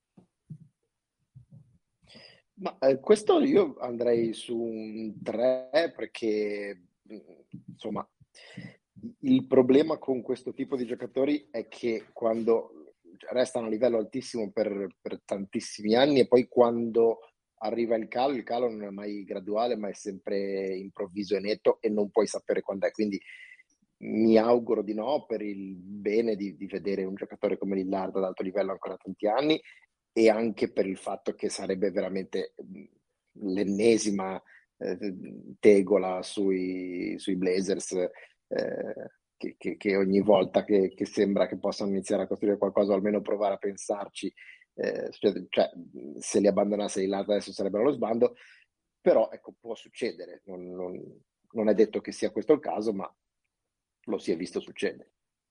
Speaker 4: Ma eh, questo io andrei su un tre perché mh, insomma il problema con questo tipo di giocatori è che quando restano a livello altissimo per, per tantissimi anni e poi quando arriva il calo, il calo non è mai graduale ma è sempre improvviso e netto e non puoi sapere quando è, quindi mi auguro di no per il bene di, di vedere un giocatore come Lillard ad alto livello ancora tanti anni e anche per il fatto che sarebbe veramente l'ennesima eh, tegola sui, sui Blazers eh, che, che, che ogni volta che, che sembra che possano iniziare a costruire qualcosa o almeno provare a pensarci eh, cioè se li abbandonasse Lillard adesso sarebbero allo sbando, però ecco può succedere, non, non, non è detto che sia questo il caso ma lo si è visto succedere.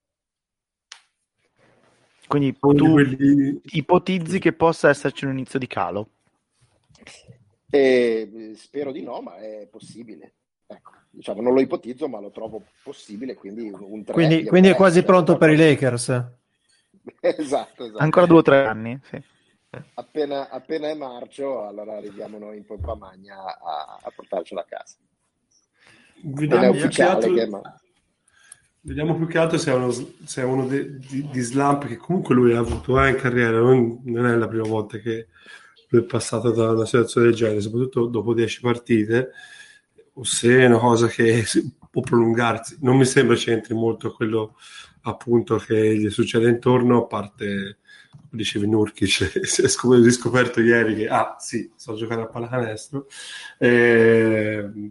Speaker 1: Quindi
Speaker 2: uno di
Speaker 1: tu
Speaker 2: quelli...
Speaker 1: ipotizzi che possa esserci un inizio di calo?
Speaker 4: E spero di no, ma è possibile. È ecco, diciamo, non lo ipotizzo, ma lo trovo possibile, quindi un, un tre.
Speaker 3: Quindi, quindi è quasi pronto per i Lakers.
Speaker 4: Esatto, esatto.
Speaker 1: Ancora due o tre anni, sì.
Speaker 4: Appena, appena è marcio, allora arriviamo noi in pompa magna a, a portarcelo a casa.
Speaker 2: Vediamo
Speaker 4: Non è
Speaker 2: più che
Speaker 4: ufficiale,
Speaker 2: altro,
Speaker 4: che ma...
Speaker 2: vediamo più che altro se è uno, se è uno de, di, di slump che comunque lui ha avuto eh, in carriera, non, non è la prima volta che lui è passato da una situazione del genere, soprattutto dopo dieci partite, o se è una cosa che può prolungarsi. Non mi sembra c'entri molto quello appunto che gli succede intorno, a parte, dicevi Nurkic, si è riscoperto ieri che ah sì, so giocare a pallacanestro, eh,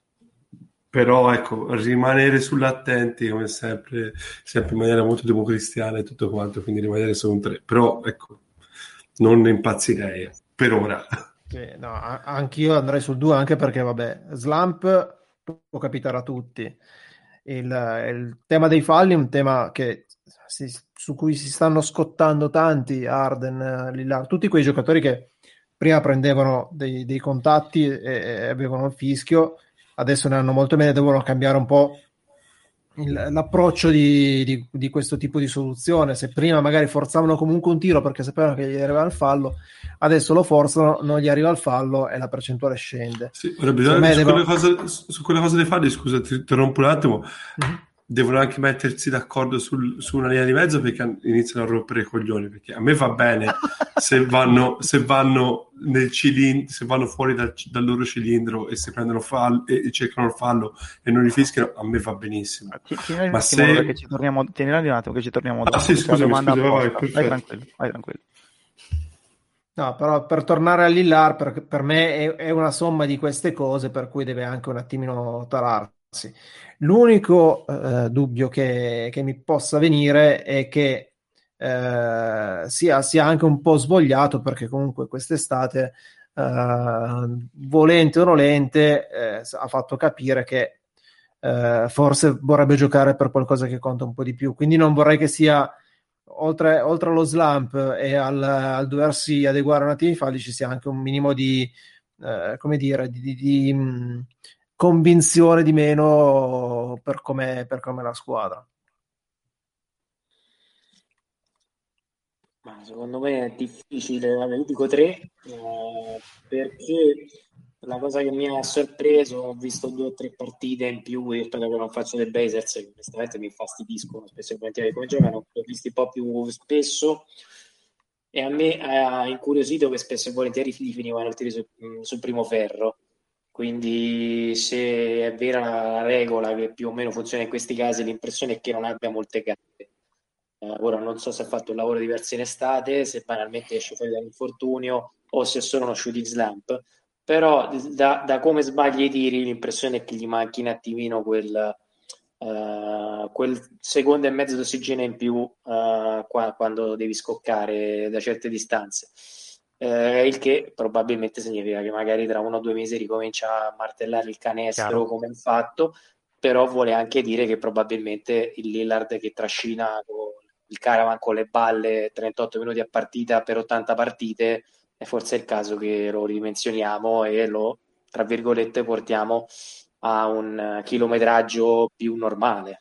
Speaker 2: però ecco, rimanere sull'attenti come sempre, sempre in maniera molto democristiana e tutto quanto, quindi rimanere su un tre, però ecco, non ne impazzirei per ora.
Speaker 3: Sì, no, a- anch'io andrei sul due, anche perché vabbè, slump può capitare a tutti. Il, il tema dei falli è un tema che si- su cui si stanno scottando tanti, Harden, Lillard, tutti quei giocatori che prima prendevano dei, dei contatti e, e avevano il fischio, adesso ne hanno molto meno, devono cambiare un po' il- l'approccio di, di- di questo tipo di soluzione. Se prima magari forzavano comunque un tiro perché sapevano che gli arrivava il fallo, adesso lo forzano, non gli arriva il fallo e la percentuale scende.
Speaker 2: Sì, ora bisogna,
Speaker 3: me
Speaker 2: su,
Speaker 3: devo-
Speaker 2: quelle cose, su quelle cose dei falli, scusa, ti interrompo un attimo,
Speaker 3: Mhm.
Speaker 2: devono anche mettersi d'accordo sul- su una linea di mezzo perché iniziano a rompere i coglioni, perché a me va bene se vanno, se vanno nel cilindro, se vanno fuori dal, dal loro cilindro e si prendono fallo e, e cercano il fallo e non li fischiano, a me va benissimo.
Speaker 1: Ti- Tieni un
Speaker 2: Ma
Speaker 1: attimo
Speaker 2: se...
Speaker 1: perché ci torniamo, tieni un attimo che ci torniamo dopo.
Speaker 2: Ah sì,
Speaker 1: questa è la
Speaker 2: scusami,
Speaker 1: domanda
Speaker 2: scusami, vai,
Speaker 1: apposta. Vai
Speaker 2: perfetto.
Speaker 1: tranquillo, vai tranquillo.
Speaker 3: No, però per tornare a Lillard, per, per me è, è una somma di queste cose per cui deve anche un attimino tararsi. L'unico eh, dubbio che, che mi possa venire è che eh, sia, sia anche un po' svogliato, perché comunque quest'estate, eh, volente o nolente, eh, ha fatto capire che eh, forse vorrebbe giocare per qualcosa che conta un po' di più. Quindi non vorrei che sia oltre, oltre allo slump e al, al doversi adeguare un attimo ai falli, ci sia anche un minimo di, eh, come dire, di, di, di mh, convinzione di meno per come per com'è la squadra.
Speaker 5: Ma secondo me è difficile, vabbè, io dico tre, eh, perché la cosa che mi ha sorpreso, ho visto due o tre partite in più rispetto a quello che faccio dei Blazers, che onestamente mi infastidiscono spesso e volentieri come giocano, li ho visti un po' più spesso e a me ha incuriosito che spesso e volentieri gli finivano il tiro sul, sul primo ferro. Quindi se è vera la regola che più o meno funziona in questi casi, l'impressione è che non abbia molte gambe. Eh, ora non so se ha fatto un lavoro diverso in estate, se banalmente esce fuori dall'infortunio o se è solo uno shooting slump, però da, da come sbaglia i tiri l'impressione è che gli manchi un attimino quel, eh, quel secondo e mezzo di ossigeno in più eh, qua- quando devi scoccare da certe distanze. Eh, il che probabilmente significa che magari tra uno o due mesi ricomincia a martellare il canestro
Speaker 1: Chiaro.
Speaker 5: come ha fatto, però vuole anche dire che probabilmente il Lillard che trascina con il Caravan con le balle trentotto minuti a partita per ottanta partite, è forse il caso che lo ridimensioniamo e lo, tra virgolette, portiamo a un chilometraggio più normale.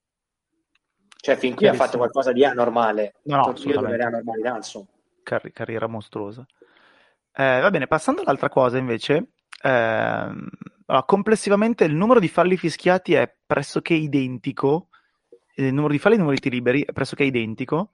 Speaker 5: Cioè, fin qui ha fatto qualcosa di anormale.
Speaker 1: No, no,
Speaker 5: Io
Speaker 1: assolutamente.
Speaker 5: dovrei normalità, insomma.
Speaker 1: Carri- carriera mostruosa. Eh, va bene, passando all'altra cosa invece, ehm, allora, complessivamente il numero di falli fischiati è pressoché identico, il numero di falli e il numero di tiri liberi è pressoché identico.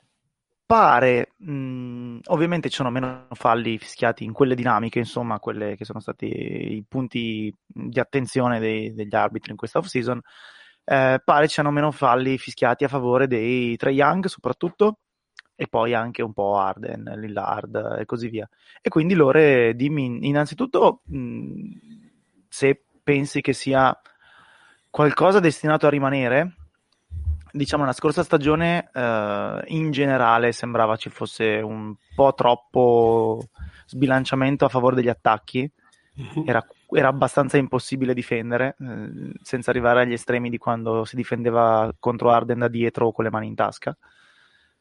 Speaker 1: Pare, mh, ovviamente ci sono meno falli fischiati in quelle dinamiche, insomma, quelle che sono stati i punti di attenzione dei- degli arbitri in questa off-season. Eh, pare ci siano meno falli fischiati a favore dei Trae Young, soprattutto, e poi anche un po' Harden, Lillard e così via. E quindi Lore, dimmi innanzitutto mh, se pensi che sia qualcosa destinato a rimanere. Diciamo, la scorsa stagione eh, in generale sembrava ci fosse un po' troppo sbilanciamento a favore degli attacchi, era, era abbastanza impossibile difendere, eh, senza arrivare agli estremi di quando si difendeva contro Harden da dietro o con le mani in tasca.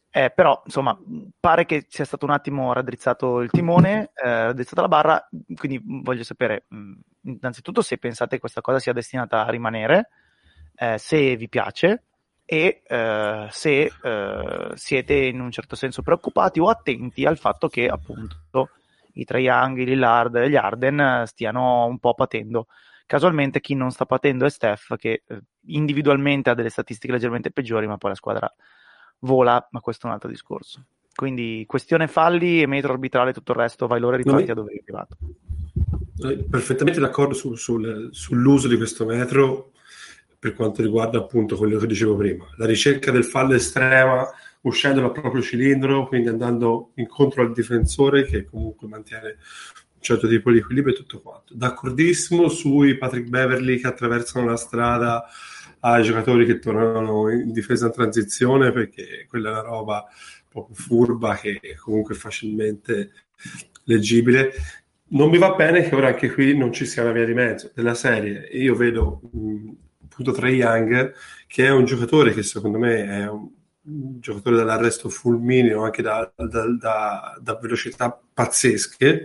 Speaker 1: Eh, però, insomma, pare che sia stato un attimo raddrizzato il timone, eh, raddrizzata la barra, quindi voglio sapere, mh, innanzitutto, se pensate che questa cosa sia destinata a rimanere, eh, se vi piace e eh, se eh, siete in un certo senso preoccupati o attenti al fatto che, appunto, i Trae Young, i Lillard e gli Harden stiano un po' patendo. Casualmente chi non sta patendo è Steph, che eh, individualmente ha delle statistiche leggermente peggiori, ma poi la squadra vola, ma questo è un altro discorso. Quindi questione falli e metro arbitrale, tutto il resto, vai l'ora riparti
Speaker 2: mi...
Speaker 1: a dove è arrivato.
Speaker 2: Perfettamente d'accordo su, sul, sull'uso di questo metro per quanto riguarda appunto quello che dicevo prima, la ricerca del fallo estrema uscendo dal proprio cilindro, quindi andando incontro al difensore che comunque mantiene un certo tipo di equilibrio e tutto quanto. D'accordissimo sui Patrick Beverley che attraversano la strada ai giocatori che tornano in difesa in transizione, perché quella è una roba proprio furba che è comunque facilmente leggibile. Non mi va bene che ora anche qui non ci sia una via di mezzo della serie. Io vedo mh, appunto Trae Young, che è un giocatore che secondo me è un, un giocatore dall'arresto fulmineo, anche da, da, da, da velocità pazzesche,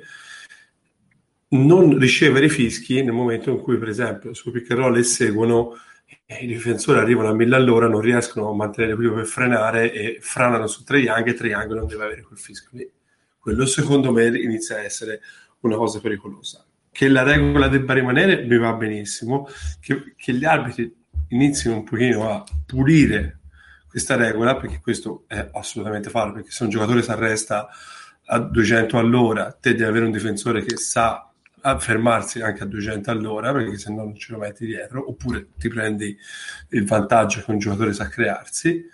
Speaker 2: non ricevere i fischi nel momento in cui, per esempio, su pick and roll e seguono, i difensori arrivano a mille all'ora, non riescono a mantenere l'equilibrio per frenare e franano su Trae Young, e Trae Young non deve avere quel fischio lì. Quello secondo me inizia a essere una cosa pericolosa. Che la regola debba rimanere mi va benissimo, che, che gli arbitri inizino un pochino a pulire questa regola, perché questo è assolutamente fallo, perché se un giocatore si arresta a duecento all'ora, te devi avere un difensore che sa a fermarsi anche a duecento all'ora, perché se no non ce lo metti dietro, oppure ti prendi il vantaggio che un giocatore sa crearsi.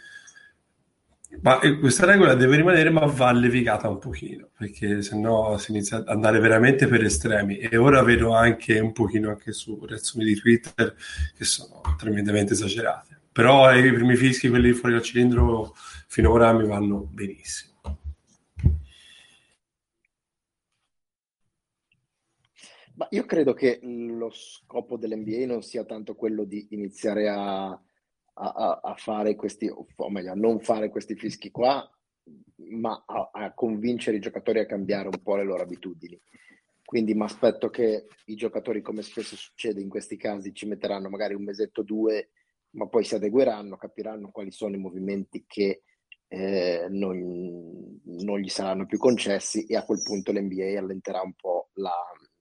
Speaker 2: Ma questa regola deve rimanere, ma va levigata un pochino, perché se no si inizia ad andare veramente per estremi. E ora vedo anche un pochino anche su reazioni di Twitter che sono tremendamente esagerate. Però i primi fischi, quelli fuori dal cilindro, finora mi vanno benissimo.
Speaker 4: Ma io credo che lo scopo dell'N B A non sia tanto quello di iniziare a, a, a fare questi, o meglio, a non fare questi fischi qua, ma a, a convincere i giocatori a cambiare un po' le loro abitudini. Quindi mi aspetto che i giocatori, come spesso succede in questi casi, ci metteranno magari un mesetto o due, ma poi si adegueranno, capiranno quali sono i movimenti che eh, non, non gli saranno più concessi, e a quel punto l'N B A allenterà un po' la,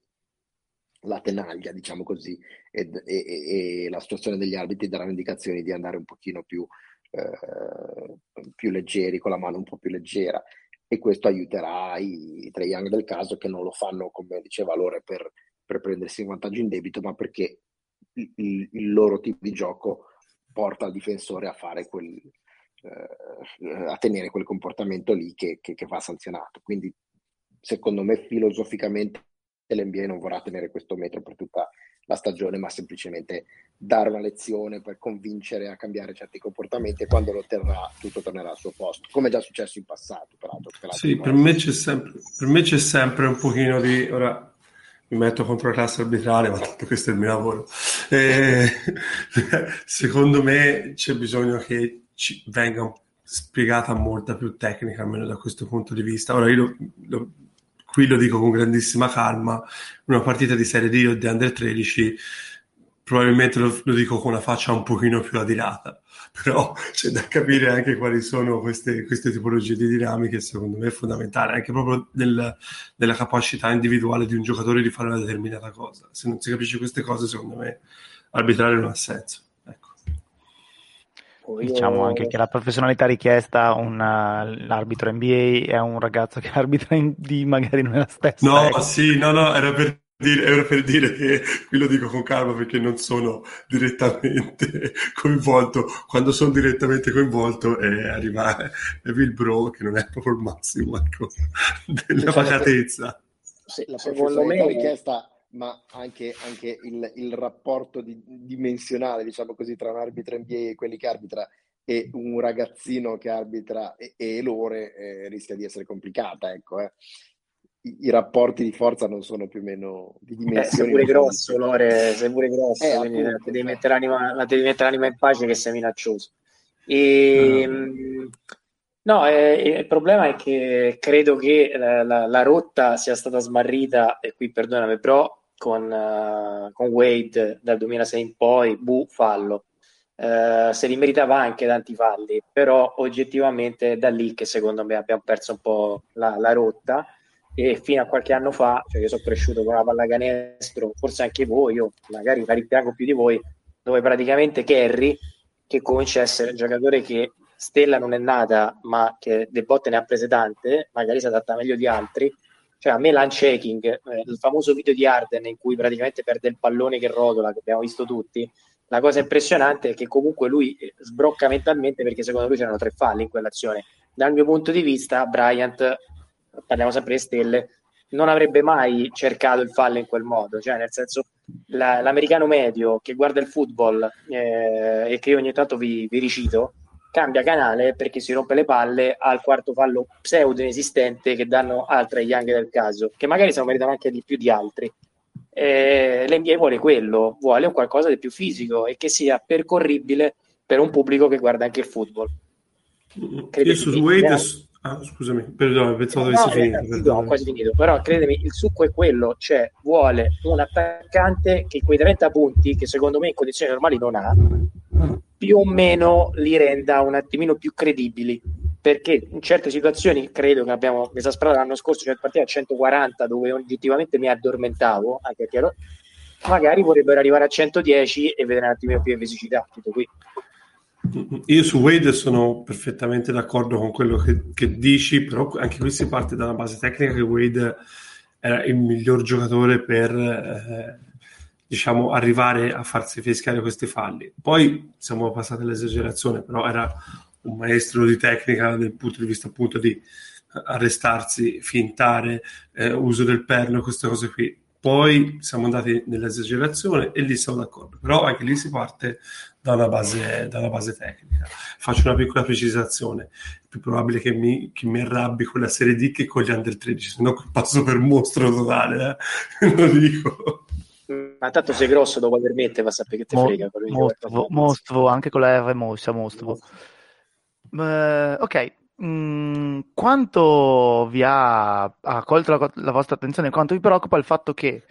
Speaker 4: la tenaglia, diciamo così, e, e, e la situazione degli arbitri darà indicazioni di andare un pochino più, eh, più leggeri, con la mano un po' più leggera, e questo aiuterà i, i Trae Young del caso, che non lo fanno, come diceva Lore, per, per prendersi un vantaggio in debito, ma perché il, il, il loro tipo di gioco porta il difensore a fare quel, eh, a tenere quel comportamento lì che, che, che va sanzionato. Quindi secondo me filosoficamente l'N B A non vorrà tenere questo metro per tutta la stagione, ma semplicemente dare una lezione per convincere a cambiare certi comportamenti, e quando lo terrà tutto tornerà al suo posto, come è già successo in passato, peraltro. peraltro
Speaker 2: Sì, per me, c'è sempre, per me c'è sempre un pochino di... Ora mi metto contro la classe arbitrale, ma tanto questo è il mio lavoro. Eh, secondo me c'è bisogno che ci venga spiegata molta più tecnica, almeno da questo punto di vista. Ora io lo, lo, qui lo dico con grandissima calma, una partita di Serie D o di Under tredici probabilmente lo, lo dico con una faccia un pochino più adirata, però c'è da capire anche quali sono queste, queste tipologie di dinamiche. Secondo me è fondamentale, anche proprio del, della capacità individuale di un giocatore di fare una determinata cosa. Se non si capisce queste cose, secondo me arbitrare non ha senso. Ecco.
Speaker 1: Diciamo anche che la professionalità richiesta un uh, l'arbitro N B A è un ragazzo che arbitra in D, magari non è la stessa.
Speaker 2: No,
Speaker 1: ecco.
Speaker 2: sì, no, no, era per dire, era per dire che qui lo dico con calma, perché non sono direttamente coinvolto. Quando sono direttamente coinvolto eh, arriva il bro, che non è proprio il massimo, ecco, della pacatezza.
Speaker 4: Sì, la professionalità richiesta, ma anche, anche il, il rapporto di, dimensionale, diciamo così, tra un arbitro N B A e quelli che arbitra e un ragazzino che arbitra e, e Lore eh, rischia di essere complicata, ecco. Eh. I, I rapporti di forza non sono più o meno di dimensioni.
Speaker 5: Eh, sei pure grosso, Lore, sei pure grosso,
Speaker 4: eh,
Speaker 5: quindi
Speaker 4: appunto,
Speaker 5: ti devi,
Speaker 4: cioè.
Speaker 5: mettere l'anima, ti devi mettere l'anima in pace che sei minaccioso. E, um, No, eh, il problema è che credo che la, la- la rotta sia stata smarrita, e qui perdonami, però con, eh, con Wade dal duemilasei in poi, bu, fallo. Eh, se li meritava anche tanti falli, però oggettivamente è da lì che secondo me abbiamo perso un po' la, la rotta, e fino a qualche anno fa, cioè io sono cresciuto con la pallacanestro, forse anche voi, io magari la rimpiango più di voi, dove praticamente Kerry, che comincia a essere un giocatore che stella non è nata, ma che le botte ne ha prese tante, magari si adatta meglio di altri. Cioè, a me l'unchecking, eh, il famoso video di Arden in cui praticamente perde il pallone che rotola, che abbiamo visto tutti, la cosa impressionante è che comunque lui eh, sbrocca mentalmente, perché secondo lui c'erano tre falli in quell'azione. Dal mio punto di vista, Bryant, parliamo sempre di stelle, non avrebbe mai cercato il fallo in quel modo, cioè nel senso la- l'americano medio che guarda il football, eh, e che io ogni tanto vi, vi ricito, cambia canale perché si rompe le palle al quarto fallo pseudo inesistente che danno altri Young del caso, che magari se lo meritano anche di più di altri. Eh, L'N B A vuole quello, vuole un qualcosa di più fisico e che sia percorribile per un pubblico che guarda anche il football.
Speaker 2: Io su
Speaker 5: Credetemi,
Speaker 2: Wade,
Speaker 5: abbiamo-
Speaker 2: s- ah, scusami, perdono, pensavo
Speaker 5: No,
Speaker 2: avessi
Speaker 5: no,
Speaker 2: finito,
Speaker 5: eh, no, ho
Speaker 2: perdonami.
Speaker 5: quasi finito, però credimi, il succo è quello, cioè vuole un attaccante che quei trenta punti, che secondo me in condizioni normali non ha, più o meno li renda un attimino più credibili, perché in certe situazioni, credo che abbiamo esasperato l'anno scorso, cioè partita a centoquaranta dove oggettivamente mi addormentavo, anche perché magari vorrebbero arrivare a centodieci e vedere un attimino più di fisicità, tutto qui.
Speaker 2: Io su Wade sono perfettamente d'accordo con quello che, che dici, però anche qui si parte da una base tecnica che Wade era il miglior giocatore per eh, diciamo arrivare a farsi fischiare questi falli. Poi siamo passati all'esagerazione, però era un maestro di tecnica dal punto di vista appunto di arrestarsi, fintare, eh, uso del perno, queste cose qui. Poi siamo andati nell'esagerazione e lì siamo d'accordo, però anche lì si parte da una base, da una base tecnica. Faccio una piccola precisazione: è più probabile che mi, che mi arrabbi con la Serie D che con gli Under tredici, se no passo per mostro totale, eh? Lo dico.
Speaker 5: Ma tanto sei grosso, dopo permette, va a sapere che te
Speaker 1: Mo-
Speaker 5: frega. quello che
Speaker 1: mostro,
Speaker 5: guarda.
Speaker 1: mostro, anche con la R mossa, mostro. Eh, ok, mm, quanto vi ha, ha colto la, la vostra attenzione, quanto vi preoccupa il fatto che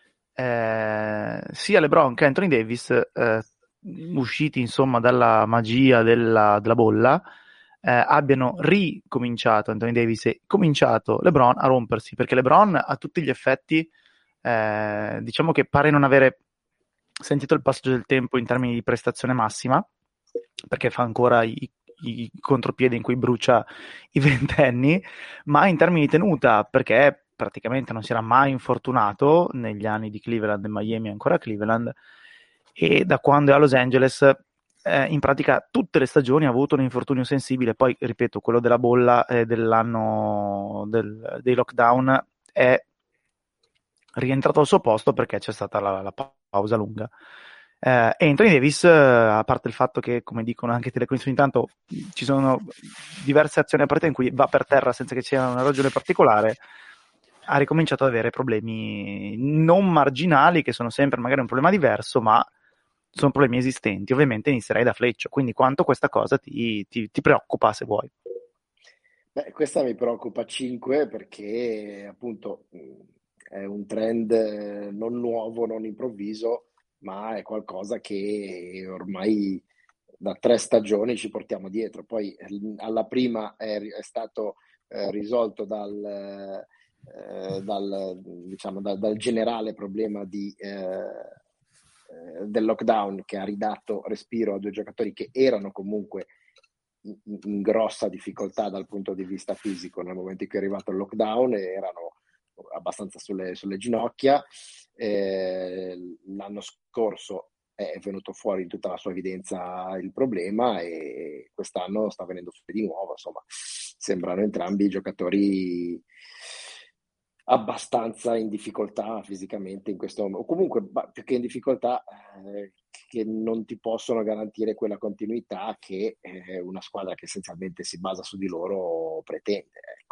Speaker 1: eh, sia LeBron che Anthony Davis, eh, usciti insomma dalla magia della, della bolla, eh, abbiano ricominciato Anthony Davis e cominciato LeBron a rompersi, perché LeBron a tutti gli effetti eh, diciamo che pare non avere sentito il passaggio del tempo in termini di prestazione massima, perché fa ancora i, i contropiedi in cui brucia i ventenni, ma in termini di tenuta, perché praticamente non si era mai infortunato negli anni di Cleveland e Miami, ancora Cleveland, e da quando è a Los Angeles eh, in pratica tutte le stagioni ha avuto un infortunio sensibile. Poi ripeto, quello della bolla eh, dell'anno del, dei lockdown è rientrato al suo posto perché c'è stata la, la pausa lunga. Eh, e Anthony Davis, eh, a parte il fatto che, come dicono anche Telecom, ogni tanto ci sono diverse azioni a partita in cui va per terra senza che ci sia una ragione particolare, ha ricominciato ad avere problemi non marginali, che sono sempre magari un problema diverso, ma sono problemi esistenti. Ovviamente inizierei da Fleccio, quindi quanto questa cosa ti, ti, ti preoccupa, se vuoi.
Speaker 4: Beh, questa mi preoccupa cinque perché appunto mh, è un trend eh, non nuovo, non improvviso, ma è qualcosa che ormai da tre stagioni ci portiamo dietro. Poi eh, alla prima è, è stato eh, risolto dal, eh, dal, diciamo, dal, dal generale problema di, eh, eh, del lockdown, che ha ridato respiro a due giocatori che erano comunque in, in grossa difficoltà dal punto di vista fisico nel momento in cui è arrivato il lockdown, e erano abbastanza sulle, sulle ginocchia. Eh, l'anno scorso è venuto fuori in tutta la sua evidenza il problema, e quest'anno sta venendo fuori di nuovo. Insomma, sembrano entrambi giocatori abbastanza in difficoltà fisicamente in questo momento, o comunque più che in difficoltà, eh, che non ti possono garantire quella continuità che eh, una squadra che essenzialmente si basa su di loro pretende. Ecco.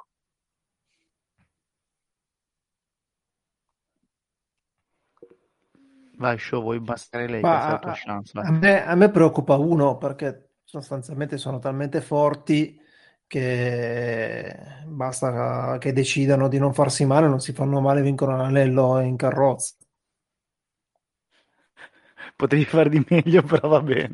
Speaker 1: Vai, show, vuoi bastare lei, questa è la
Speaker 3: Ma
Speaker 1: tua
Speaker 3: a,
Speaker 1: chance.
Speaker 3: a me, a me preoccupa uno perché sostanzialmente sono talmente forti che basta che decidano di non farsi male, non si fanno male, vincono l'anello in carrozza.
Speaker 1: Potevi far di meglio, però va bene.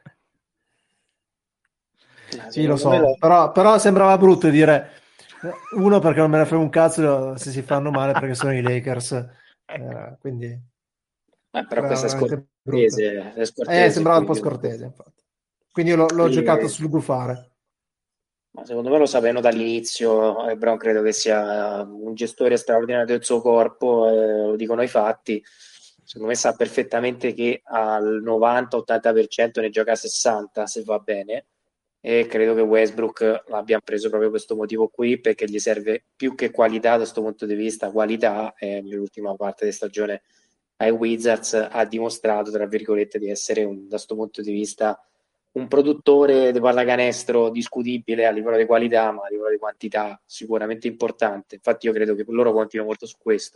Speaker 3: Sì, lo so, però, però sembrava brutto dire uno perché non me ne frega un cazzo se si fanno male perché sono i Lakers, eh, quindi
Speaker 5: Eh, però questa è
Speaker 3: veramente brutto.
Speaker 5: scortese, è
Speaker 3: Eh,
Speaker 5: scortese,
Speaker 3: sembrava un po'
Speaker 5: quindi-
Speaker 3: scortese, infatti. Quindi io l'ho, l'ho
Speaker 5: E-
Speaker 3: giocato sul gufare.
Speaker 5: Ma secondo me lo sapevano dall'inizio, e Brown credo che sia un gestore straordinario del suo corpo, eh, lo dicono i fatti. Secondo me sa perfettamente che al novanta-ottanta per cento ne gioca sessanta se va bene, e credo che Westbrook l'abbia preso proprio per questo motivo qui, perché gli serve più che qualità da questo punto di vista, qualità, e nell'ultima parte di stagione ai Wizards ha dimostrato, tra virgolette, di essere un, da questo punto di vista un produttore di pallacanestro discutibile a livello di qualità, ma a livello di quantità sicuramente importante. Infatti io credo che loro continuino molto su questo.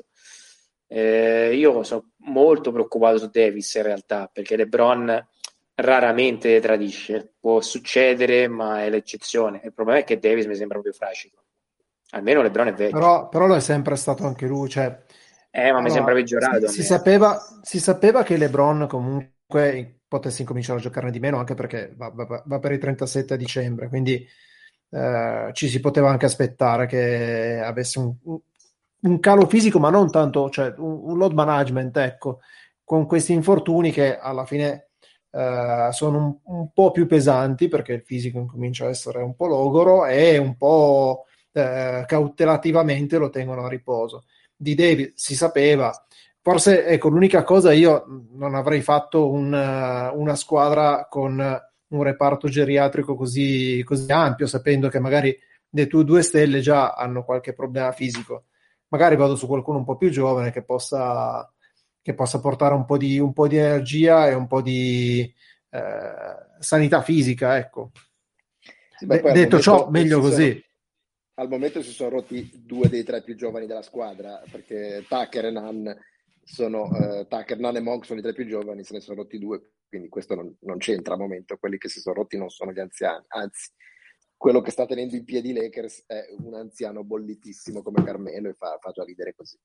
Speaker 5: Eh, io sono molto preoccupato su Davis in realtà, perché LeBron raramente tradisce, può succedere, ma è l'eccezione. Il problema è che Davis mi sembra proprio fracico. Almeno LeBron è vecchio.
Speaker 3: Però, però lo è sempre stato anche lui. Cioè,
Speaker 5: Eh, ma mi sembra
Speaker 3: allora,
Speaker 5: peggiorato
Speaker 3: si,
Speaker 5: a
Speaker 3: si
Speaker 5: me.
Speaker 3: sapeva, si sapeva che LeBron comunque potesse incominciare a giocarne di meno, anche perché va, va- va per i trentasette a dicembre, quindi eh, ci si poteva anche aspettare che avesse un, un- un calo fisico, ma non tanto, cioè un, un load management, ecco, con questi infortuni che alla fine eh, sono un, un po' più pesanti, perché il fisico incomincia a essere un po' logoro e un po' eh, cautelativamente lo tengono a riposo. Di David si sapeva, forse ecco l'unica cosa, io non avrei fatto un, uh, una squadra con un reparto geriatrico così, così ampio, sapendo che magari le tue due stelle già hanno qualche problema fisico. Magari vado su qualcuno un po' più giovane che possa, che possa portare un po' di, un po' di energia e un po' di eh, sanità fisica, ecco.
Speaker 4: Sì, beh,
Speaker 3: De-
Speaker 4: poi al
Speaker 3: detto ciò,
Speaker 4: momento
Speaker 3: meglio
Speaker 4: si sono,
Speaker 3: così.
Speaker 4: al momento si sono rotti due dei tre più giovani della squadra, perché Tucker e Nunn sono, eh, Tucker, Nunn e Monk sono i tre più giovani, se ne sono rotti due, quindi questo non, non c'entra al momento. Quelli che si sono rotti non sono gli anziani, anzi, quello che sta tenendo in piedi i Lakers è un anziano bollitissimo come Carmelo, e fa, fa già ridere così.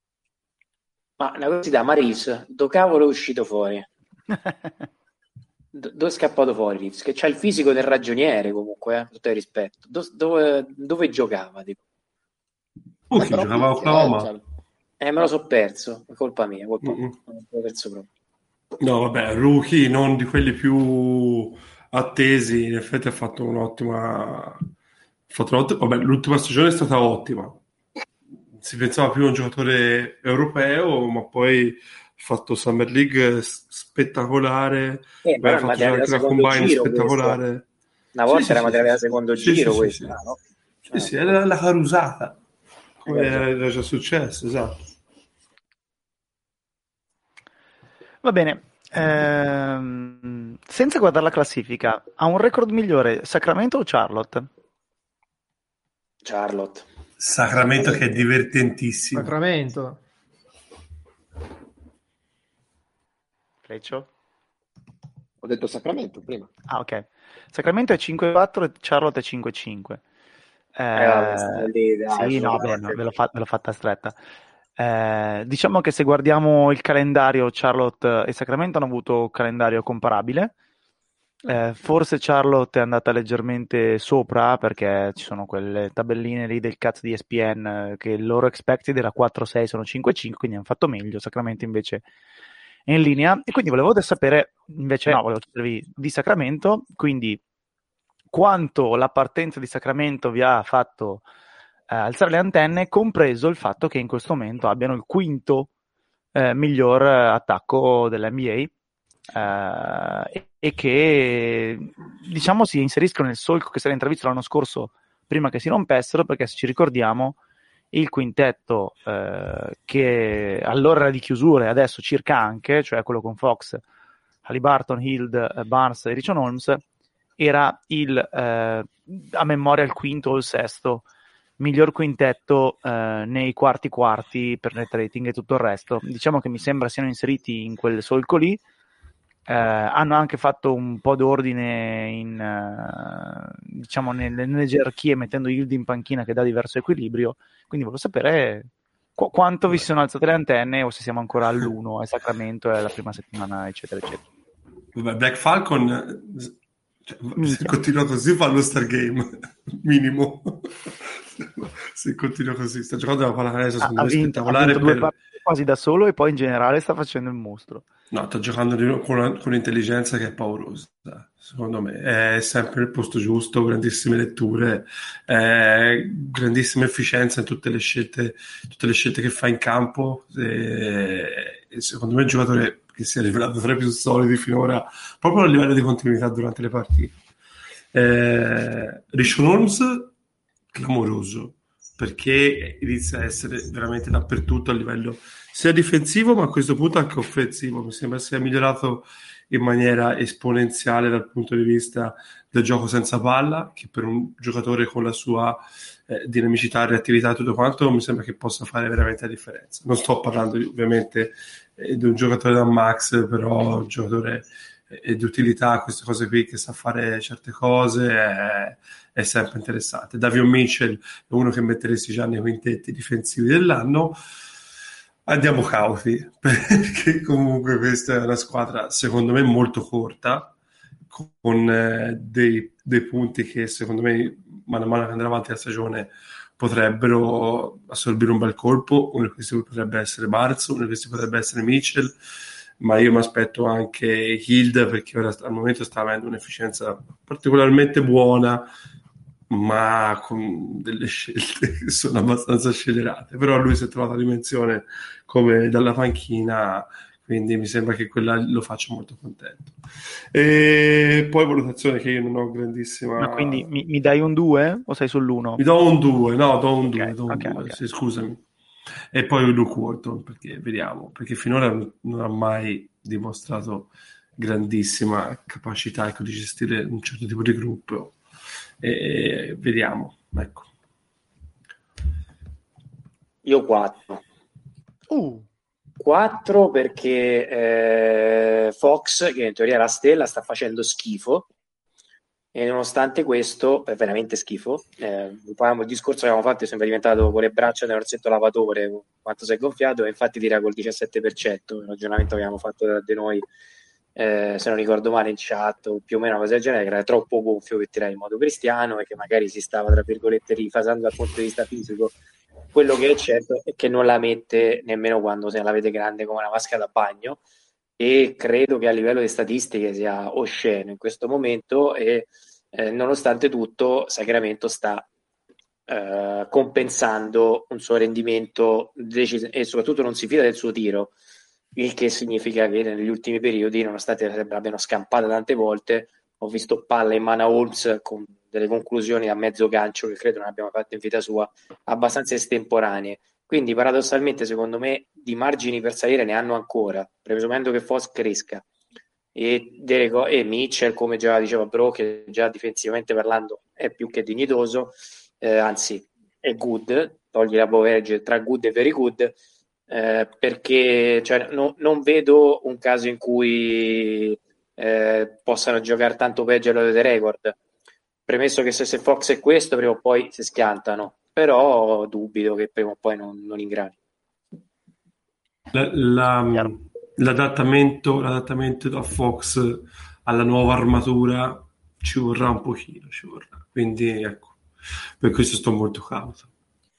Speaker 5: Ma una curiosità, Maris, dove cavolo è uscito fuori? Do- dove è scappato fuori Reeves? Che c'ha il fisico del ragioniere comunque, eh, tutto il rispetto. Do- dove, dove giocava? Tipo?
Speaker 2: Uh,
Speaker 4: È
Speaker 2: che
Speaker 4: però
Speaker 2: giocava a
Speaker 4: picchia, eh,
Speaker 2: Oklahoma.
Speaker 4: cioè,
Speaker 5: Eh, me lo so perso, è colpa mia, è colpa mia.
Speaker 2: Mm-mm.
Speaker 5: Me l'ho perso proprio.
Speaker 2: No, vabbè, rookie non di quelli più attesi, in effetti ha fatto un'ottima... ha fatto un'ottima... Vabbè, l'ultima stagione è stata ottima. Si pensava più a un giocatore europeo, ma poi ha fatto Summer League s- spettacolare,
Speaker 5: Eh,
Speaker 2: poi
Speaker 5: però
Speaker 2: ha
Speaker 5: è
Speaker 2: fatto già
Speaker 5: materiale da
Speaker 2: anche la
Speaker 5: secondo
Speaker 2: Combine
Speaker 5: giro questo.
Speaker 2: spettacolare.
Speaker 5: Una
Speaker 2: Sì,
Speaker 5: volta
Speaker 2: sì,
Speaker 5: era
Speaker 2: sì, sì,
Speaker 5: materiale da
Speaker 2: sì.
Speaker 5: secondo
Speaker 2: Sì, sì,
Speaker 5: giro
Speaker 2: sì,
Speaker 5: questo.
Speaker 2: sì.
Speaker 5: Ah, no?
Speaker 2: Sì,
Speaker 5: Ah,
Speaker 2: sì, era la carusata, come
Speaker 5: eh, già.
Speaker 2: era già successo, esatto.
Speaker 1: Va bene. Ehm, senza guardare la classifica, ha un record migliore Sacramento o Charlotte?
Speaker 5: Charlotte.
Speaker 2: Sacramento che è
Speaker 4: Sacramento.
Speaker 2: divertentissimo.
Speaker 3: Sacramento.
Speaker 1: Fleccio?
Speaker 4: Ho detto Sacramento prima.
Speaker 1: Ah, ok. Sacramento è cinque quattro e Charlotte è cinque cinque.
Speaker 5: Eh, vabbè, stiamo
Speaker 1: Eh,
Speaker 5: lì, dai,
Speaker 1: sì,
Speaker 5: sono
Speaker 1: no, beh, no,
Speaker 5: davanti.
Speaker 1: ve l'ho, fa- ve l'ho fatta stretta. Eh, diciamo che se guardiamo il calendario, Charlotte e Sacramento hanno avuto un calendario comparabile. Eh, forse Charlotte è andata leggermente sopra perché ci sono quelle tabelline lì del cazzo di E S P N eh, che il loro expected era quattro sei, sono cinque cinque, quindi hanno fatto meglio. Sacramento invece è in linea. E quindi volevo sapere, invece no, volevo chiedervi di Sacramento, quindi quanto la partenza di Sacramento vi ha fatto eh, alzare le antenne, compreso il fatto che in questo momento abbiano il quinto eh, miglior eh, attacco dell'N B A eh, e, e che diciamo si inseriscono nel solco che si era intravisto l'anno scorso prima che si rompessero, perché se ci ricordiamo il quintetto eh, che allora era di chiusura e adesso circa anche, cioè quello con Fox, Haliburton, Hield, Barnes e Richon Holmes, era il eh, a memoria il quinto o il sesto miglior quintetto eh, nei quarti quarti per net rating e tutto il resto. Diciamo che mi sembra siano inseriti in quel solco lì eh, hanno anche fatto un po' d'ordine in, eh, diciamo nelle, nelle gerarchie, mettendo Hield in panchina che dà diverso equilibrio, quindi volevo sapere qu- quanto vi sono alzate le antenne o se siamo ancora all'uno, a Sacramento è la prima settimana, eccetera, eccetera.
Speaker 2: Vabbè, Black Falcon, cioè, se
Speaker 1: Minchia.
Speaker 2: continua così fa lo Star Game minimo. Se continua così, sta giocando la pallacanestro
Speaker 1: Ha,
Speaker 2: secondo
Speaker 1: ha
Speaker 2: me
Speaker 1: vinto, ha
Speaker 2: spettacolare
Speaker 1: vinto due
Speaker 2: per...
Speaker 1: partite quasi da solo e poi in generale sta facendo il mostro.
Speaker 2: No, sta giocando di- con, una- con un'intelligenza che è paurosa, secondo me. È sempre nel posto giusto, grandissime letture, eh, grandissima efficienza in tutte le scelte, tutte le scelte che fa in campo. E, e secondo me è un giocatore che si è rivelato tra i più solidi finora, proprio a livello di continuità durante le partite. Eh, Rishon Holmes, clamoroso, perché inizia a essere veramente dappertutto a livello sia difensivo, ma a questo punto anche offensivo. Mi sembra sia migliorato in maniera esponenziale dal punto di vista del gioco senza palla, che per un giocatore con la sua eh, dinamicità, reattività e tutto quanto mi sembra che possa fare veramente la differenza. Non sto parlando di, ovviamente eh, di un giocatore da max, però un giocatore eh, di utilità, queste cose qui, che sa fare certe cose, è, è sempre interessante. Davion Mitchell è uno che metteresti già nei quintetti difensivi dell'anno. Andiamo cauti, perché comunque questa è una squadra secondo me molto corta, con eh, dei, dei punti che secondo me man mano che andrà avanti la stagione potrebbero assorbire un bel colpo. Uno di questi potrebbe essere Barzo, uno di questi potrebbe essere Mitchell, ma io mi aspetto anche Hield, perché ora al momento sta avendo un'efficienza particolarmente buona, ma con delle scelte che sono abbastanza scelerate. Però lui si è trovato la dimensione come dalla panchina, quindi mi sembra che quella lo faccia molto contento. E poi valutazione che io non ho grandissima...
Speaker 1: Ma quindi mi, mi dai un due o sei sull'uno?
Speaker 2: Mi do un due, no, do un due,
Speaker 1: Ok,
Speaker 2: do un
Speaker 1: ok,
Speaker 2: due,
Speaker 1: ok.
Speaker 2: sì, scusami. E poi Luke Walton, perché vediamo, perché finora non ha mai dimostrato grandissima capacità, ecco, di gestire un certo tipo di gruppo. E vediamo, ecco.
Speaker 5: Io quattro.
Speaker 1: Uh,
Speaker 5: quattro perché eh, Fox, che in teoria è la stella, sta facendo schifo, e nonostante questo è veramente schifo. Eh, il discorso che avevamo fatto è sempre diventato con le braccia nell'orsetto lavatore, quanto si è gonfiato, e infatti tira col diciassette per cento, il ragionamento che avevamo fatto da noi, eh, se non ricordo male in chat, o più o meno una cosa del genere, che era troppo gonfio per tirare in modo cristiano e che magari si stava tra virgolette rifasando dal punto di vista fisico. Quello che è certo è che non la mette nemmeno quando se la vede grande come una vasca da bagno, e credo che a livello di statistiche sia osceno in questo momento, e eh, nonostante tutto Sacramento sta eh, compensando un suo rendimento decis- e soprattutto non si fida del suo tiro, il che significa che negli ultimi periodi, nonostante l'abbiano scampata tante volte, ho visto palla in mano a Holmes con delle conclusioni a mezzo gancio che credo non abbiamo fatto in vita sua, abbastanza estemporanee. Quindi paradossalmente secondo me di margini per salire ne hanno ancora, presumendo che Fox cresca, e, Derek, e Mitchell, come già diceva Bro, che già difensivamente parlando è più che dignitoso, eh, anzi è good, togli la poverge tra good e very good, eh, perché cioè, no, non vedo un caso in cui eh, possano giocare tanto peggio a dei record, premesso che se, se Fox è questo prima o poi si schiantano, però dubito che prima o poi non, non ingrani.
Speaker 2: La, la, l'adattamento, l'adattamento da Fox alla nuova armatura ci vorrà un pochino, ci vorrà. Quindi ecco, per questo sto molto cauto.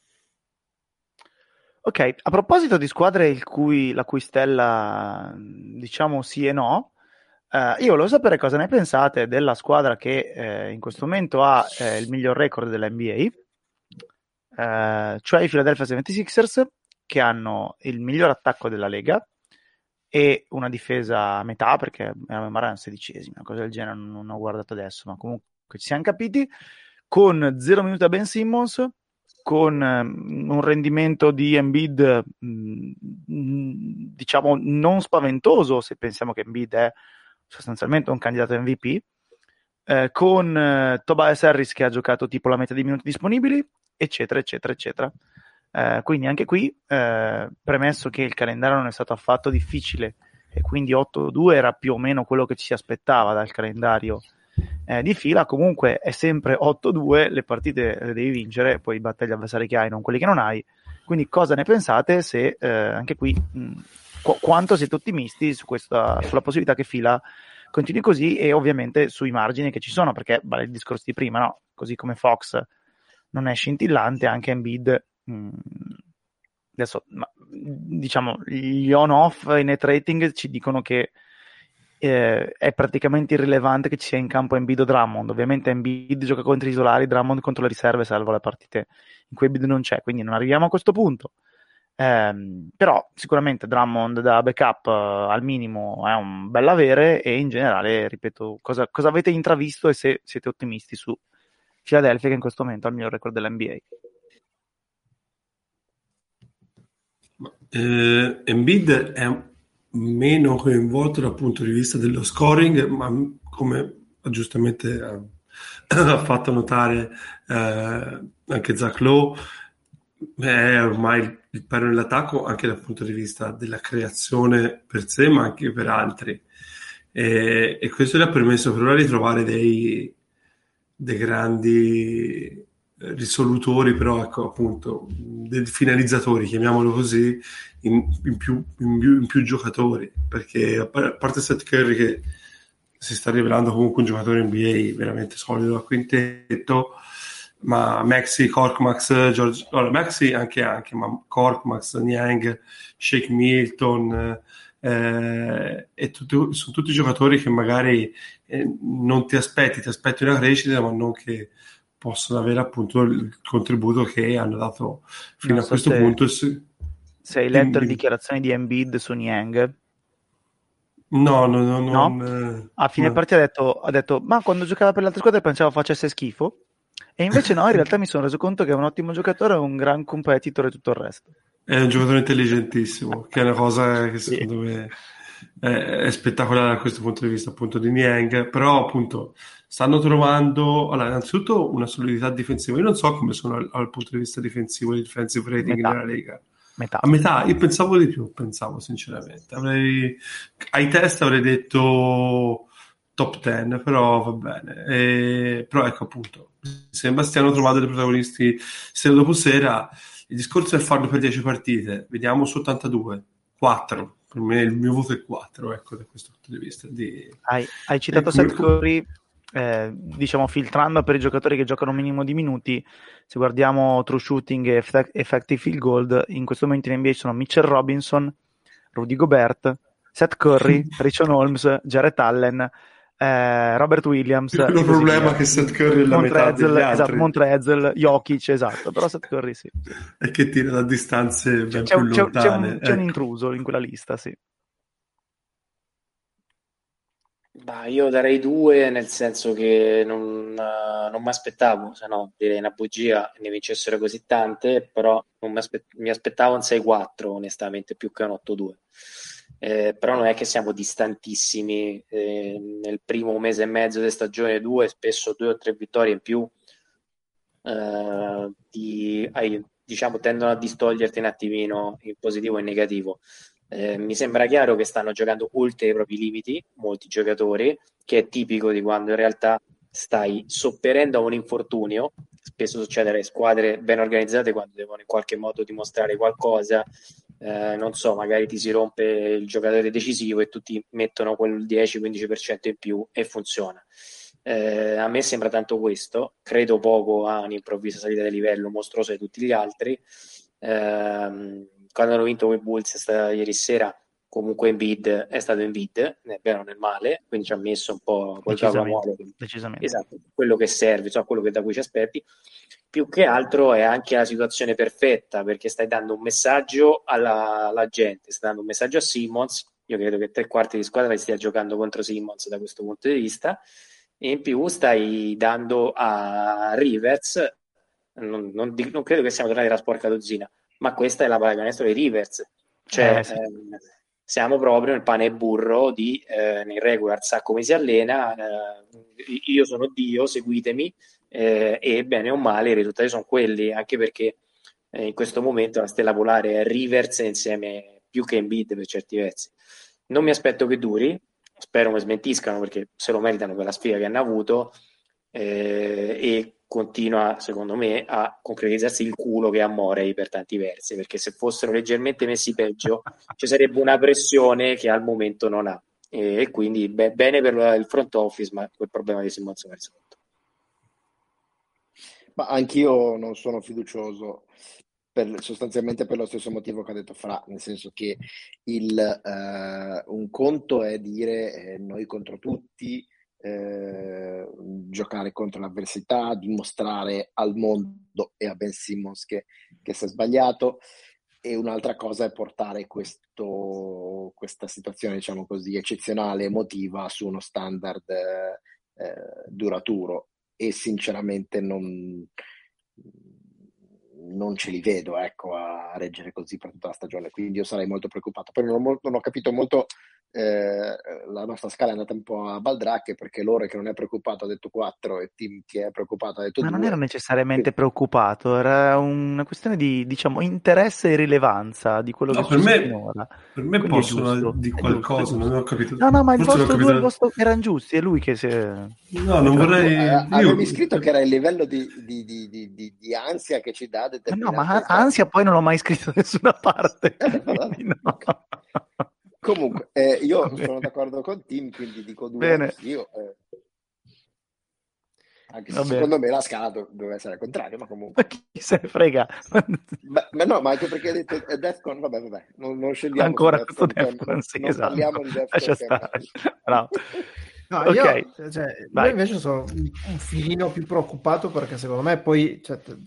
Speaker 1: ok, a proposito di squadre il cui, la cui stella diciamo sì e no, eh, io volevo sapere cosa ne pensate della squadra che eh, in questo momento ha eh, il miglior record della N B A, eh, cioè i Philadelphia settantasei ers, che hanno il miglior attacco della Lega e una difesa a metà, perché a memoria erano sedicesimi, una cosa del genere, non, non ho guardato adesso, ma comunque ci siamo capiti, con zero minuti a Ben Simmons, con um, un rendimento di Embiid mh, diciamo non spaventoso, se pensiamo che Embiid è sostanzialmente un candidato M V P, eh, con eh, Tobias Harris che ha giocato tipo la metà dei minuti disponibili, eccetera eccetera eccetera. Eh, quindi anche qui, eh, premesso che il calendario non è stato affatto difficile e quindi otto due era più o meno quello che ci si aspettava dal calendario eh, di fila. Comunque è sempre otto due, le partite le devi vincere, poi battagli gli avversari che hai, non quelli che non hai. Quindi cosa ne pensate se eh, anche qui mh, qu- quanto siete ottimisti su questa, sulla possibilità che fila continui così, e ovviamente sui margini che ci sono, perché vale il discorso di prima, no? Così come Fox non è scintillante, anche Embiid mh, adesso ma, diciamo gli on-off i net rating ci dicono che eh, è praticamente irrilevante che ci sia in campo Embiid o Drummond. Ovviamente Embiid gioca contro i titolari, Drummond contro le riserve, salvo le partite in cui Embiid non c'è, quindi non arriviamo a questo punto. Eh, però sicuramente Drummond da backup uh, al minimo è un bell'avere, e in generale, ripeto, cosa, cosa avete intravisto e se siete ottimisti su Philadelphia, che in questo momento ha il miglior record dell'N B A.
Speaker 2: Eh, Embiid è meno coinvolto dal punto di vista dello scoring, ma come giustamente ha, ha fatto notare eh, anche Zach Lowe, è ormai il perno nell'attacco anche dal punto di vista della creazione per sé, ma anche per altri. E, e questo gli ha permesso per ora di trovare dei, dei grandi risolutori, però ecco appunto dei finalizzatori, chiamiamolo così, in, in, più, in, più, in più giocatori, perché a parte Seth Curry che si sta rivelando comunque un giocatore N B A veramente solido a quintetto, ma Maxi, Korkmaz, George, allora, Maxi anche anche, ma Korkmaz, Niang, Shake Milton, eh, e tutti, sono tutti giocatori che magari eh, non ti aspetti, ti aspetti una crescita, ma non che possono avere appunto il contributo che hanno dato fino
Speaker 1: non
Speaker 2: a
Speaker 1: so
Speaker 2: questo
Speaker 1: se,
Speaker 2: punto.
Speaker 1: se hai letto le dichiarazioni di Embiid su Niang.
Speaker 2: No, no, no,
Speaker 1: no?
Speaker 2: non,
Speaker 1: A fine
Speaker 2: no.
Speaker 1: partita ha detto, ha detto ma quando giocava per le altre squadre pensavo facesse schifo, e invece no, in realtà mi sono reso conto che è un ottimo giocatore, un gran competitor e tutto il resto.
Speaker 2: È un giocatore intelligentissimo, che è una cosa che secondo sì. me è, è spettacolare da questo punto di vista appunto di Niang, però appunto stanno trovando allora, innanzitutto una solidità difensiva. Io non so come sono al, al punto di vista difensivo il defensive rating
Speaker 1: metà.
Speaker 2: nella Lega.
Speaker 1: Metà.
Speaker 2: A metà, io pensavo di più, pensavo sinceramente. Avrei, ai test avrei detto top dieci, però va bene. E, però ecco appunto, sembra stiano trovando dei protagonisti sera dopo sera. Il discorso è farlo per dieci partite, vediamo su ottantadue, quattro. Per me il mio voto è quattro, ecco, da questo punto di vista. Di...
Speaker 1: Hai, hai citato Seth Curry, eh, diciamo filtrando per i giocatori che giocano un minimo di minuti. Se guardiamo true shooting e effective field goal, in questo momento in N B A sono Mitchell Robinson, Rudy Gobert, Seth Curry, Richon Holmes, Jarrett Allen, eh, Robert Williams.
Speaker 2: Il problema è che Seth Curry è la metà degli altri.
Speaker 1: Esatto, Montrezl, Jokic, esatto, però Seth Curry sì.
Speaker 2: È che tira da distanze ben
Speaker 1: c'è,
Speaker 2: più
Speaker 1: c'è,
Speaker 2: lontane.
Speaker 1: C'è, un, c'è
Speaker 2: ecco.
Speaker 1: un intruso in quella lista, sì.
Speaker 5: Bah, io darei due, nel senso che non, uh, non mi aspettavo, se no direi una bugia, ne vincessero così tante, però non mi, aspe- mi aspettavo un sei quattro onestamente, più che un otto due. Eh, però non è che siamo distantissimi, eh, nel primo mese e mezzo di stagione due, spesso due o tre vittorie in più eh, ti, hai, diciamo, tendono a distoglierti un attimino in positivo e in negativo. Eh, mi sembra chiaro che stanno giocando oltre i propri limiti molti giocatori, che è tipico di quando in realtà stai sopperendo a un infortunio. Spesso succede alle squadre ben organizzate quando devono in qualche modo dimostrare qualcosa, eh, non so, magari ti si rompe il giocatore decisivo e tutti mettono quel dieci quindici per cento in più e funziona. Eh, a me sembra tanto questo, credo poco a un'improvvisa salita di livello mostruosa di tutti gli altri. Eh, quando hanno vinto quei Bulls stata, ieri sera, comunque Embiid è stato Embiid, nel bene o nel male, quindi ci ha messo un po' quel
Speaker 1: decisamente, decisamente.
Speaker 5: Esatto, quello che serve, insomma, quello che da cui ci aspetti. Più che altro è anche la situazione perfetta, perché stai dando un messaggio alla, alla gente, stai dando un messaggio a Simmons. Io credo che tre quarti di squadra stia giocando contro Simmons da questo punto di vista, e in più stai dando a Rivers, non, non, non credo che siamo tornati alla sporca dozzina, ma questa è la pallacanestro di Rivers, cioè eh, sì. ehm, siamo proprio nel pane e burro di eh, nei regular, sa come si allena, eh, io sono Dio, seguitemi, eh, e bene o male i risultati sono quelli, anche perché eh, in questo momento la stella polare è Rivers insieme più che Embiid per certi versi. non mi aspetto che duri, spero che smentiscano perché se lo meritano per la sfiga che hanno avuto, eh, e continua secondo me a concretizzarsi il culo che ha Morey per tanti versi, perché se fossero leggermente messi peggio ci sarebbe una pressione che al momento non ha, e, e quindi beh, bene per il front office, ma quel problema di Simmons va risolto.
Speaker 4: Ma anch'io non sono fiducioso per, sostanzialmente per lo stesso motivo che ha detto Fra, nel senso che il, eh, un conto è dire eh, noi contro tutti, eh, giocare contro l'avversità, dimostrare al mondo e a Ben Simmons che, che si è sbagliato, e un'altra cosa è portare questo, questa situazione, diciamo così, eccezionale, emotiva su uno standard eh, eh, duraturo, e sinceramente non, non ce li vedo, ecco, a reggere così per tutta la stagione, quindi io sarei molto preoccupato. Poi non ho, molto, non ho capito molto, eh, la nostra scala è andata un po' a baldracche, perché Lore che non è preoccupato ha detto quattro e Tim che è preoccupato ha detto
Speaker 1: Ma
Speaker 4: due.
Speaker 1: non ero necessariamente
Speaker 4: Quindi,
Speaker 1: preoccupato, era una questione di, diciamo, interesse e rilevanza di quello che
Speaker 2: No,
Speaker 1: è
Speaker 2: per
Speaker 1: successo
Speaker 2: me,
Speaker 1: finora.
Speaker 2: per me
Speaker 1: Quindi è
Speaker 2: possono
Speaker 1: giusto,
Speaker 2: di
Speaker 1: è giusto, è
Speaker 2: qualcosa, non
Speaker 1: giusto.
Speaker 2: ho capito.
Speaker 1: No, no, ma il
Speaker 2: Forse non ho
Speaker 1: vostro due, il
Speaker 2: capito.
Speaker 1: vostro erano giusti, è lui che si è...
Speaker 2: No, non
Speaker 1: Cioè,
Speaker 4: tu
Speaker 2: vorrei.
Speaker 4: eh, avevi
Speaker 2: Io.
Speaker 4: scritto che era il livello di, di, di, di, di, di ansia che ci dà
Speaker 1: ma no, ma
Speaker 4: determinate...
Speaker 1: a-
Speaker 4: Cioè,
Speaker 1: ansia poi non l'ho mai scritto da nessuna parte,
Speaker 4: eh, beh, vabbè,
Speaker 1: quindi no.
Speaker 4: ok. Comunque, eh, io
Speaker 1: Va
Speaker 4: sono
Speaker 1: bene.
Speaker 4: d'accordo con Tim, quindi dico due
Speaker 1: Bene,
Speaker 4: anch'io, eh, anche se
Speaker 1: va bene.
Speaker 4: secondo me la scala do- doveva essere al contrario, ma
Speaker 1: Ma
Speaker 4: comunque.
Speaker 1: chi se ne frega?
Speaker 4: Beh, ma no, ma anche perché hai detto eh, Defcon, vabbè, vabbè, non, non scendiamo su
Speaker 1: Ancora questo
Speaker 4: Defcon, che è-
Speaker 1: Defcon,
Speaker 4: non,
Speaker 1: sì,
Speaker 4: non parliamo
Speaker 1: esatto.
Speaker 4: di Defcon,
Speaker 1: Lascia
Speaker 4: che è
Speaker 1: stare.
Speaker 4: meglio.
Speaker 1: Bravo.
Speaker 3: No,
Speaker 1: Ok,
Speaker 3: io, cioè, io
Speaker 1: vai.
Speaker 3: invece sono un un filino più preoccupato perché secondo me poi cioè, t-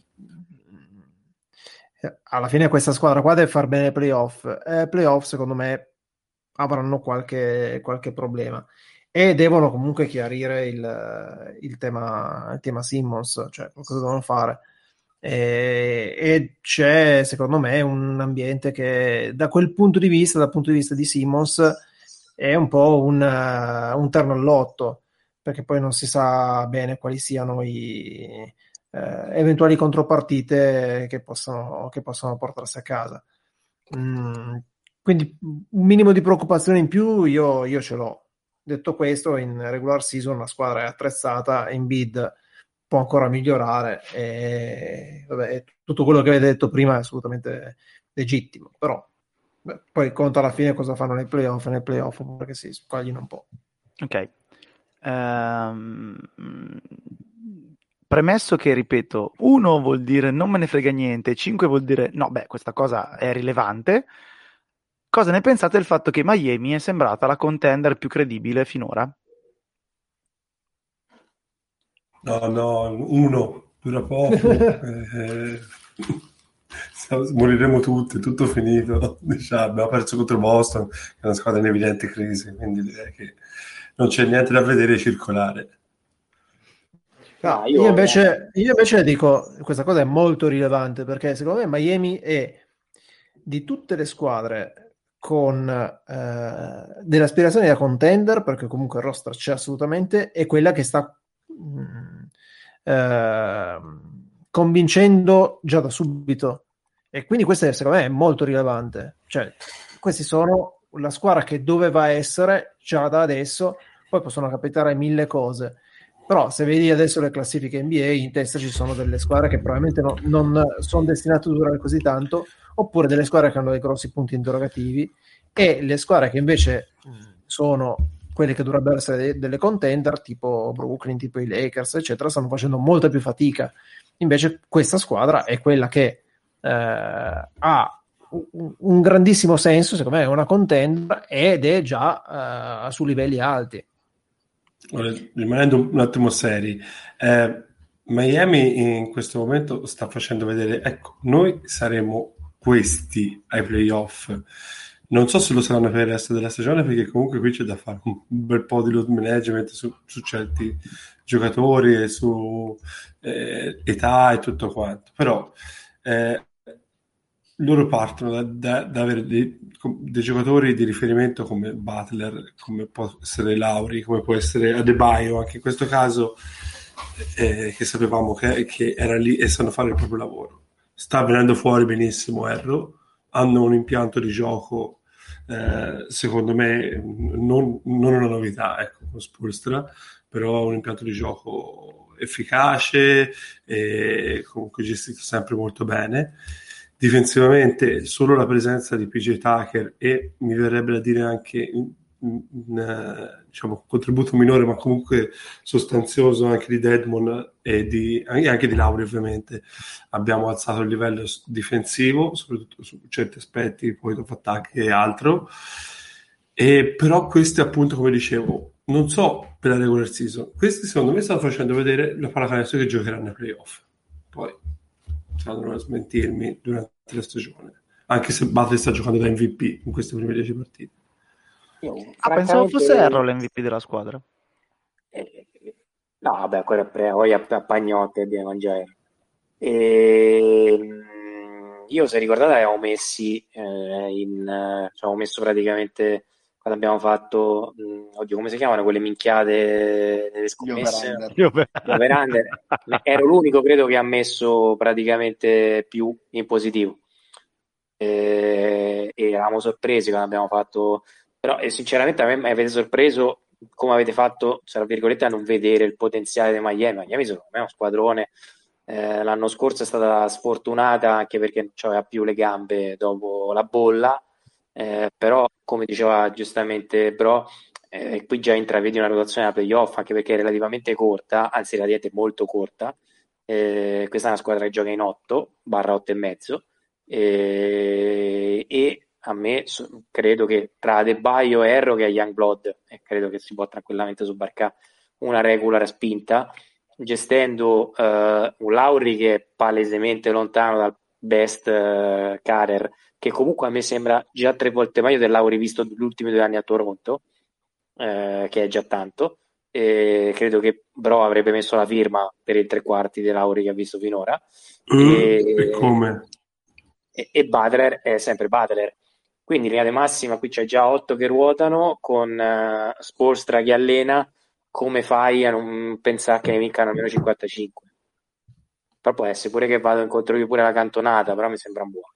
Speaker 3: alla fine questa squadra qua deve far bene ai playoff. Eh, playoff secondo me avranno qualche, qualche problema e devono comunque chiarire il, il tema, il tema Simmons, cioè cosa devono fare. E, e c'è secondo me un ambiente che da quel punto di vista, dal punto di vista di Simmons, è un po' un, uh, un terno al lotto, perché poi non si sa bene quali siano i eh, eventuali contropartite che possono, che possono portarsi a casa. Mm, quindi un minimo di preoccupazione in più io, io ce l'ho. Detto questo, in regular season la squadra è attrezzata, Embiid può ancora migliorare e vabbè, tutto quello che avete detto prima è assolutamente legittimo, però beh, poi conta alla fine cosa fanno nei playoff, nei playoff perché si squaglino un po'.
Speaker 1: Ok. Ehm, premesso che, ripeto, uno vuol dire non me ne frega niente, cinque vuol dire no, beh, questa cosa è rilevante. Cosa ne pensate del fatto che Miami è sembrata la contender più credibile finora?
Speaker 2: No, no, uno, dura poco. eh, moriremo tutti, è tutto finito. Diciamo, abbiamo perso contro Boston, che è una squadra in evidente crisi, quindi direi che non c'è niente da vedere circolare.
Speaker 3: No, io, invece, io invece dico questa cosa è molto rilevante perché secondo me Miami è di tutte le squadre con eh, delle aspirazioni da contender, perché comunque il roster c'è assolutamente, è quella che sta mh, eh, convincendo già da subito, e quindi questo è, secondo me è molto rilevante, cioè questi sono la squadra che doveva essere già da adesso, poi possono capitare mille cose. Però se vedi adesso le classifiche N B A, in testa ci sono delle squadre che probabilmente no, non sono destinate a durare così tanto, oppure delle squadre che hanno dei grossi punti interrogativi, e le squadre che invece sono quelle che dovrebbero essere delle contender, tipo Brooklyn, tipo i Lakers, eccetera, stanno facendo molta più fatica. Invece questa squadra è quella che eh, ha un, un grandissimo senso, secondo me è una contender ed è già eh, su livelli alti.
Speaker 2: Rimanendo un attimo seri, eh, Miami in questo momento sta facendo vedere, ecco, noi saremo questi ai playoff. Non so se lo saranno per il resto della stagione, perché comunque qui c'è da fare un bel po' di load management su, su certi giocatori e su eh, età e tutto quanto. Però eh, loro partono da, da, da avere dei, dei giocatori di riferimento come Butler, come può essere Lauri, come può essere Adebayo, anche in questo caso eh, che sapevamo che, che era lì e sanno fare il proprio lavoro. Sta venendo fuori benissimo Erro, hanno un impianto di gioco eh, secondo me non, non è una novità, ecco, con Spoelstra, però un impianto di gioco efficace e comunque gestito sempre molto bene. Difensivamente solo la presenza di P J Tucker e mi verrebbe da dire anche un, un, diciamo, contributo minore ma comunque sostanzioso anche di Dedmon e di, anche di Lauri ovviamente. Abbiamo alzato il livello difensivo soprattutto su certi aspetti, point of attack e altro, e però questi appunto, come dicevo, non so per la regular season, questi secondo me stanno facendo vedere la pallacanestro che giocheranno ai playoff, poi andranno a smentirmi durante la stagione, anche se Butler sta giocando da M V P in queste prime dieci partite.
Speaker 5: Io,
Speaker 1: Ah, pensavo fosse Errol l'M V P della squadra.
Speaker 5: Eh, no, vabbè, ancora pre- poi a, a Pagnotte abbiamo mangiare. E, mh, io, se ricordate, avevamo messi eh, in, eh, cioè, avevo messo praticamente quando abbiamo fatto, mh, oddio, come si chiamano quelle minchiate delle
Speaker 4: Gli
Speaker 5: scommesse?
Speaker 4: over-under.
Speaker 1: Io per-
Speaker 5: Gli over-under. Ero l'unico, credo, che ha messo praticamente più in positivo. E, e eravamo sorpresi quando abbiamo fatto, però e sinceramente a me mi avete sorpreso come avete fatto, tra virgolette, a non vedere il potenziale di Miami. Miami secondo me è uno squadrone. Eh, l'anno scorso è stata sfortunata anche perché non aveva più le gambe dopo la bolla, eh, però come diceva giustamente Bro, eh, qui già intravedi una rotazione da playoff anche perché è relativamente corta, anzi relativamente molto corta. Eh, questa è una squadra che gioca in otto barra otto e mezzo, e, e a me so- credo che tra Adebayo e Erro, che è Youngblood, e credo che si può tranquillamente sbarcare una regular spinta, gestendo eh, un Lauri che è palesemente lontano dal best eh, carer, che comunque a me sembra già tre volte meglio del Lauri visto negli ultimi due anni a Toronto, eh, che è già tanto. E credo che Bro avrebbe messo la firma per i tre quarti dei Lauri che ha visto finora.
Speaker 2: Mm, e
Speaker 5: E,
Speaker 2: come?
Speaker 5: e, e Butler è sempre Butler. Quindi in linea di massima qui c'è già otto che ruotano con uh, Spoelstra che allena. Come fai a non pensare che ne vincano almeno cinquantacinque? Però può essere pure che vado incontro io pure la cantonata, però mi sembra buono.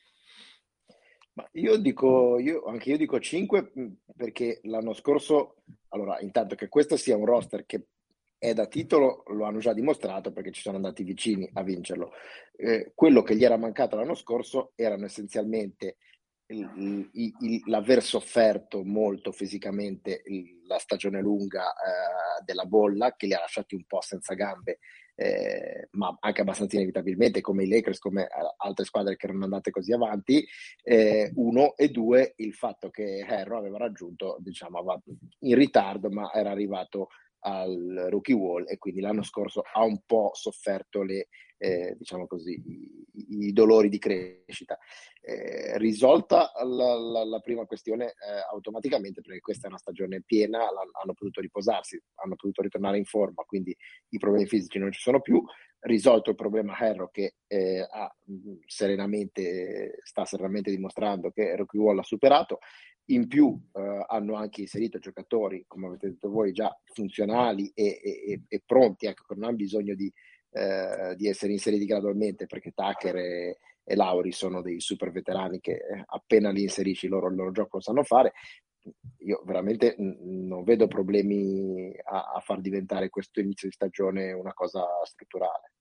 Speaker 4: Ma io dico, io, anche io dico cinque perché l'anno scorso, allora, intanto che questo sia un roster che è da titolo, lo hanno già dimostrato perché ci sono andati vicini a vincerlo. Eh, quello che gli era mancato l'anno scorso erano essenzialmente il, il, il, l'aver sofferto molto fisicamente il, la stagione lunga eh, della bolla, che li ha lasciati un po' senza gambe, eh, ma anche abbastanza inevitabilmente, come i Lakers, come altre squadre che erano andate così avanti. Eh, uno, e due, il fatto che Herro aveva raggiunto, diciamo, in ritardo, ma era arrivato al rookie wall e quindi l'anno scorso ha un po' sofferto le, eh, diciamo così, i, i dolori di crescita. Eh, risolta la, la, la prima questione eh, automaticamente, perché questa è una stagione piena, hanno potuto riposarsi, hanno potuto ritornare in forma, quindi i problemi fisici non ci sono più. Risolto il problema Herro, che eh, ha, serenamente, sta serenamente dimostrando che rookie wall ha superato. In più eh, hanno anche inserito giocatori, come avete detto voi, già funzionali e, e, e pronti, ecco, che non hanno bisogno di, eh, di essere inseriti gradualmente, perché Tucker e, e Lauri sono dei super veterani che appena li inserisci loro il loro gioco lo sanno fare. Io veramente n- non vedo problemi a, a far diventare questo inizio di stagione una cosa strutturale.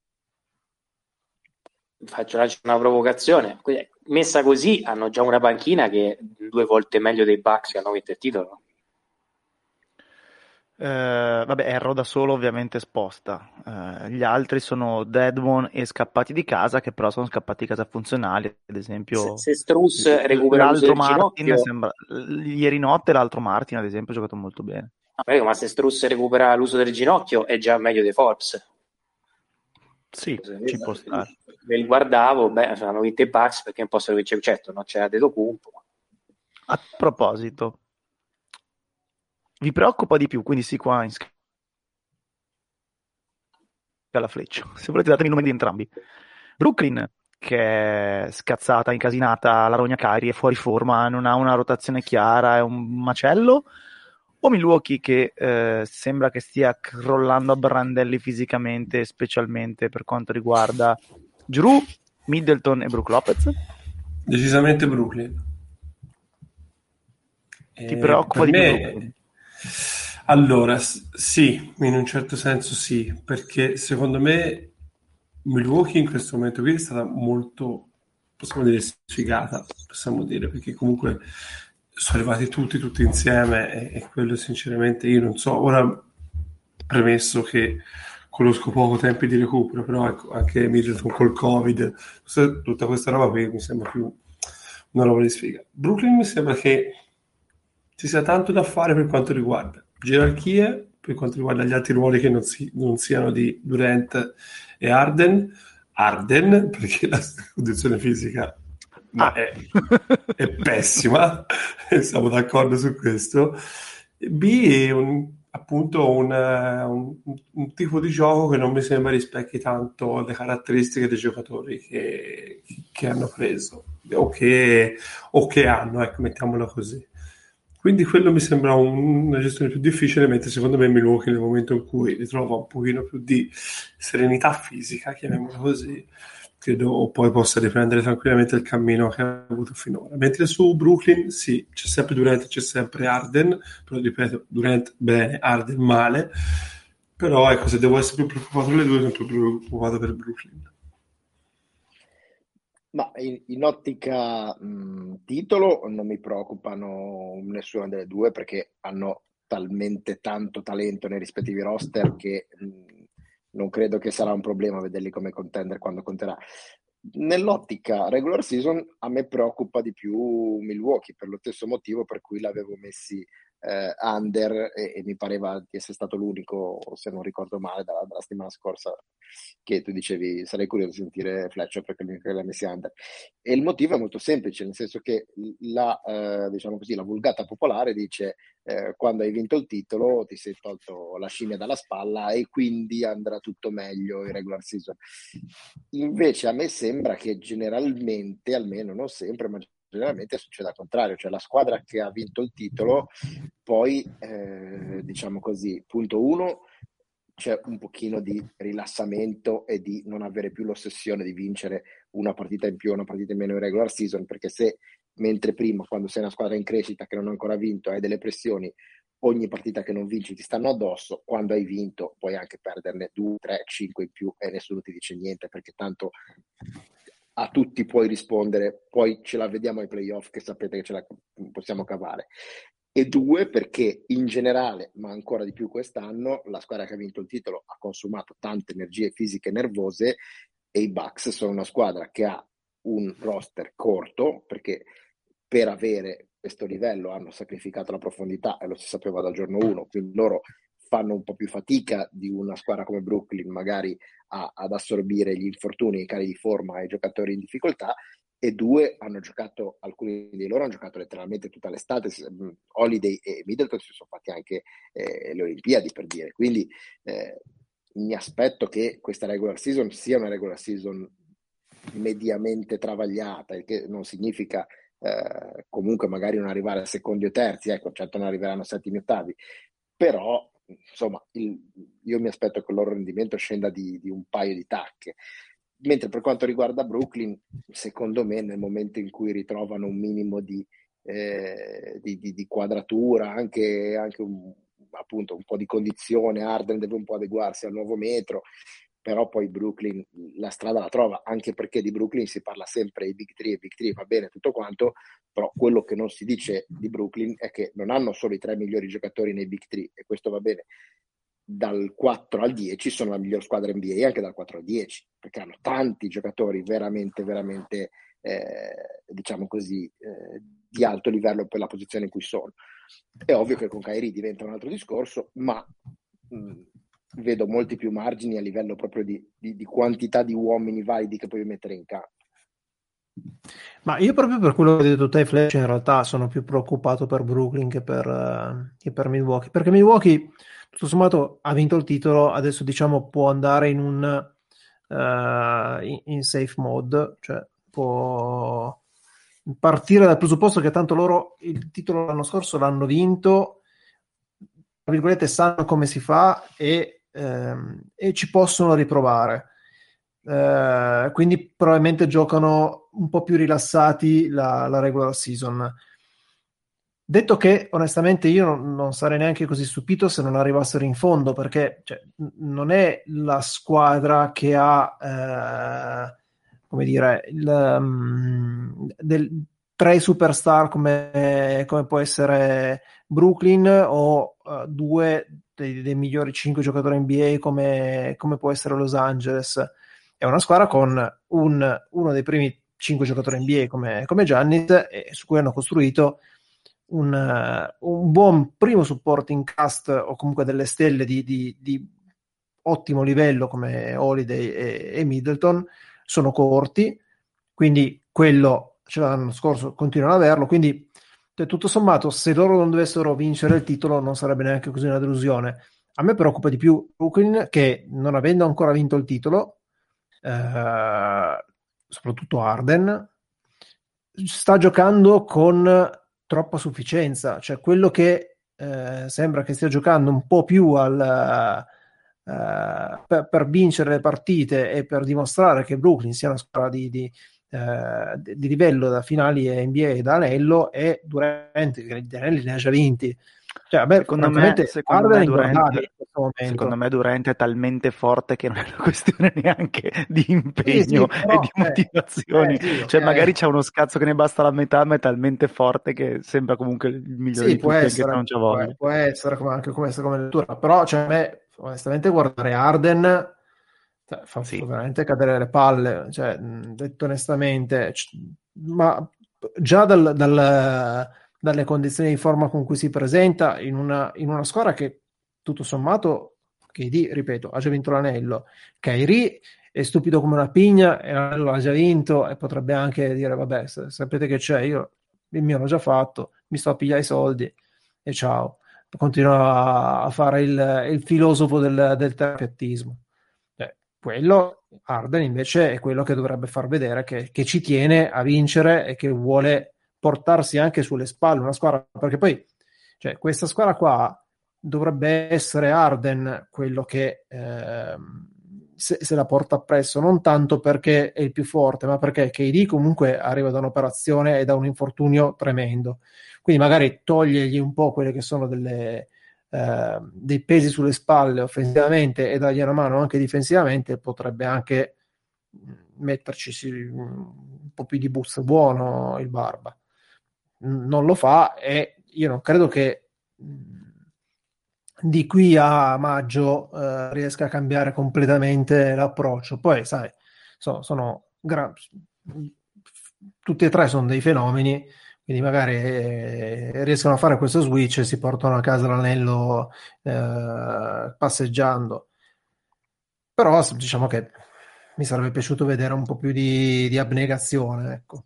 Speaker 5: Faccio una provocazione. Messa così hanno già una panchina che è due volte meglio dei Bucks che hanno vinto il titolo.
Speaker 1: Eh, vabbè, Erro da solo ovviamente sposta. Eh, gli altri sono Deadmon e Scappati di casa, che però sono scappati di casa funzionali. Ad esempio,
Speaker 5: Se, se Strus
Speaker 1: l-
Speaker 5: recupera l'uso
Speaker 1: l'altro
Speaker 5: del
Speaker 1: Martin
Speaker 5: ginocchio,
Speaker 1: sembra. l- Ieri notte l'altro Martin, ad esempio, ha giocato molto bene.
Speaker 5: ah, prego, ma se Strus recupera l'uso del ginocchio è già meglio dei Forbes.
Speaker 1: Sì, ci può stare.
Speaker 5: Li guardavo, beh, hanno vinto i Bucks perché non possono vincere, certo, non c'era Antetokounmpo.
Speaker 1: A proposito, vi preoccupa di più, quindi sì, qua in scala fleccia. Se volete datemi i nomi di entrambi. Brooklyn, che è scazzata, incasinata, la rogna Kyrie, è fuori forma, non ha una rotazione chiara, è un macello, o Milwaukee che eh, sembra che stia crollando a brandelli fisicamente, specialmente per quanto riguarda Jrue, Middleton e Brook Lopez?
Speaker 2: Decisamente Brooklyn.
Speaker 1: Ti preoccupa
Speaker 2: per
Speaker 1: di
Speaker 2: me,
Speaker 1: Brooklyn?
Speaker 2: Allora, s- sì, in un certo senso sì, perché secondo me Milwaukee in questo momento qui è stata molto, possiamo dire, sfigata, possiamo dire, perché comunque sono arrivati tutti, tutti insieme e, e quello sinceramente io non so, ora premesso che conosco poco tempi di recupero, però ecco, anche Middleton col Covid, tutta tutta questa roba qui mi sembra più una roba di sfiga. Brooklyn mi sembra che ci sia tanto da fare per quanto riguarda gerarchie, per quanto riguarda gli altri ruoli che non, si- non siano di Durant e Arden. Arden, perché la condizione fisica ma
Speaker 1: Ah.
Speaker 2: è, è pessima, e siamo d'accordo su questo. B, un, appunto un, eh, un- un tipo di gioco che non mi sembra rispecchi tanto le caratteristiche dei giocatori che, che hanno preso o che, o che hanno, ecco, mettiamola così. Quindi quello mi sembra un- una gestione più difficile, mentre secondo me Milwaukee nel momento in cui ritrova un pochino più di serenità fisica, chiamiamola così, credo poi possa riprendere tranquillamente il cammino che ha avuto finora. Mentre su Brooklyn, sì, c'è sempre Durant, c'è sempre Arden, però ripeto, Durant bene, Arden male, però ecco, se devo essere più preoccupato per le due, sono più preoccupato per Brooklyn.
Speaker 4: Ma in, in ottica mh, titolo non mi preoccupano nessuna delle due perché hanno talmente tanto talento nei rispettivi roster che mh, non credo che sarà un problema vederli come contender quando conterà. Nell'ottica regular season a me preoccupa di più Milwaukee per lo stesso motivo per cui l'avevo messi eh, under e, e mi pareva di essere stato l'unico, se non ricordo male, dalla, dalla settimana scorsa che tu dicevi sarei curioso di sentire Fletcher perché l'unico che l'ha messi under. E il motivo è molto semplice, nel senso che la, eh, diciamo così, la vulgata popolare dice eh, quando hai vinto il titolo ti sei tolto la scimmia dalla spalla e quindi andrà tutto meglio in regular season. Invece a me sembra che generalmente, almeno non sempre, ma generalmente succede al contrario, cioè la squadra che ha vinto il titolo poi, eh, diciamo così, punto uno, c'è un pochino di rilassamento e di non avere più l'ossessione di vincere una partita in più o una partita in meno in regular season, perché se mentre prima, quando sei una squadra in crescita che non ha ancora vinto, hai delle pressioni, ogni partita che non vinci ti stanno addosso, quando hai vinto puoi anche perderne due, tre, cinque in più e nessuno ti dice niente, perché tanto a tutti puoi rispondere, poi ce la vediamo ai playoff che sapete che ce la possiamo cavare. E due, perché in generale, ma ancora di più quest'anno, la squadra che ha vinto il titolo ha consumato tante energie fisiche e nervose e i Bucks sono una squadra che ha un roster corto, perché per avere questo livello hanno sacrificato la profondità e lo si sapeva dal giorno uno, quindi loro fanno un po' più fatica di una squadra come Brooklyn magari a, ad assorbire gli infortuni, i cali di forma ai giocatori in difficoltà, e due hanno giocato, alcuni di loro hanno giocato letteralmente tutta l'estate. Holiday e Middleton si sono fatti anche eh, le Olimpiadi, per dire, quindi eh, mi aspetto che questa regular season sia una regular season mediamente travagliata, il che non significa eh, comunque magari non arrivare a secondi o terzi, ecco, certo non arriveranno a settimi o ottavi, però insomma il, io mi aspetto che il loro rendimento scenda di, di un paio di tacche. Mentre per quanto riguarda Brooklyn, secondo me nel momento in cui ritrovano un minimo di, eh, di, di, di quadratura, anche, anche un, appunto un po' di condizione, Harden deve un po' adeguarsi al nuovo metro, però poi Brooklyn la strada la trova, anche perché di Brooklyn si parla sempre i Big Three, i Big Three va bene tutto quanto, però quello che non si dice di Brooklyn è che non hanno solo i tre migliori giocatori nei Big Three, e questo va bene. Dal quattro al dieci sono la miglior squadra N B A anche dal quattro al dieci, perché hanno tanti giocatori veramente, veramente, eh, diciamo così, eh, di alto livello per la posizione in cui sono. È ovvio che con Kyrie diventa un altro discorso, ma mh, vedo molti più margini a livello proprio di, di, di quantità di uomini validi che puoi mettere in campo.
Speaker 3: Ma io proprio per quello che hai detto te, Flash, in realtà sono più preoccupato per Brooklyn che per, eh, che per Milwaukee, perché Milwaukee tutto sommato ha vinto il titolo, adesso diciamo può andare in un uh, in, in safe mode, cioè può partire dal presupposto che tanto loro il titolo l'anno scorso l'hanno vinto, tra virgolette sanno come si fa e, ehm, e ci possono riprovare. Eh, quindi probabilmente giocano un po' più rilassati la, la regular season. Detto che, onestamente, io non, non sarei neanche così stupito se non arrivassero in fondo, perché cioè, n- non è la squadra che ha, eh, come dire, il, mm, del- tre superstar come, come può essere Brooklyn o eh, due dei, dei migliori cinque giocatori N B A come, come può essere Los Angeles. È una squadra con un- uno dei primi cinque giocatori N B A come, come Giannis, e su cui hanno costruito un, uh, un buon primo supporting cast, o comunque delle stelle di, di, di ottimo livello come Holiday e, e Middleton. Sono corti, quindi quello ce l'anno scorso, continuano ad averlo, quindi cioè, tutto sommato, se loro non dovessero vincere il titolo non sarebbe neanche così una delusione. A me preoccupa di più Brooklyn, che non avendo ancora vinto il titolo, eh, soprattutto Harden, sta giocando con troppa sufficienza, cioè quello che eh, sembra che stia giocando un po' più al, eh, per, per vincere le partite e per dimostrare che Brooklyn sia una squadra di, di, eh, di livello da finali N B A e da anello, e Durant, che di anelli ne ha già vinti. Cioè, a me,
Speaker 1: Secondo me,
Speaker 3: francamente,
Speaker 1: secondo
Speaker 3: Harden è
Speaker 1: me Durant,
Speaker 3: inguardabile in questo
Speaker 1: secondo
Speaker 3: momento.
Speaker 1: me Durant è talmente forte che non è una questione neanche di
Speaker 3: Sì,
Speaker 1: impegno
Speaker 3: sì,
Speaker 1: e
Speaker 3: però,
Speaker 1: di
Speaker 3: cioè,
Speaker 1: motivazioni.
Speaker 3: eh, sì,
Speaker 1: Cioè, magari
Speaker 3: ok.
Speaker 1: c'è uno scazzo che ne basta la metà, ma è talmente forte che sembra comunque il migliore
Speaker 3: Sì,
Speaker 1: di
Speaker 3: può
Speaker 1: tutti, anche se non
Speaker 3: essere,
Speaker 1: c'ha
Speaker 3: può,
Speaker 1: voglia.
Speaker 3: può essere come, anche come, come lettura, però cioè, a me, onestamente, guardare Arden cioè, fa, fa
Speaker 1: Sì.
Speaker 3: veramente cadere le palle, cioè, mh, detto onestamente, c- ma già dal- dal- dalle condizioni di forma con cui si presenta in una, in una squadra che, tutto sommato, K D, ripeto, ha già vinto l'anello. Kyrie è stupido come una pigna e l'anello l'ha già vinto, e potrebbe anche dire, vabbè, s- sapete che c'è, io il mio l'ho già fatto, mi sto a pigliare i soldi e ciao. Continua a fare il, il filosofo del, del terapeutismo. Cioè, quello, Arden, invece, è quello che dovrebbe far vedere che, che ci tiene a vincere e che vuole portarsi anche sulle spalle una squadra, perché poi, cioè, questa squadra qua dovrebbe essere Arden quello che ehm, se, se la porta appresso, non tanto perché è il più forte, ma perché K D comunque arriva da un'operazione e da un infortunio tremendo. Quindi magari togliergli un po' quelle che sono delle, eh, dei pesi sulle spalle offensivamente e dargli una mano anche difensivamente, potrebbe anche metterci sì, un po' più di boost buono il Barba. Non lo fa, e io non credo che di qui a maggio eh, riesca a cambiare completamente l'approccio. Poi, sai, so- sono gra- tutti e tre sono dei fenomeni, quindi magari eh, riescono a fare questo switch e si portano a casa l'anello eh, passeggiando. Però s- diciamo che mi sarebbe piaciuto vedere un po' più di, di abnegazione, ecco.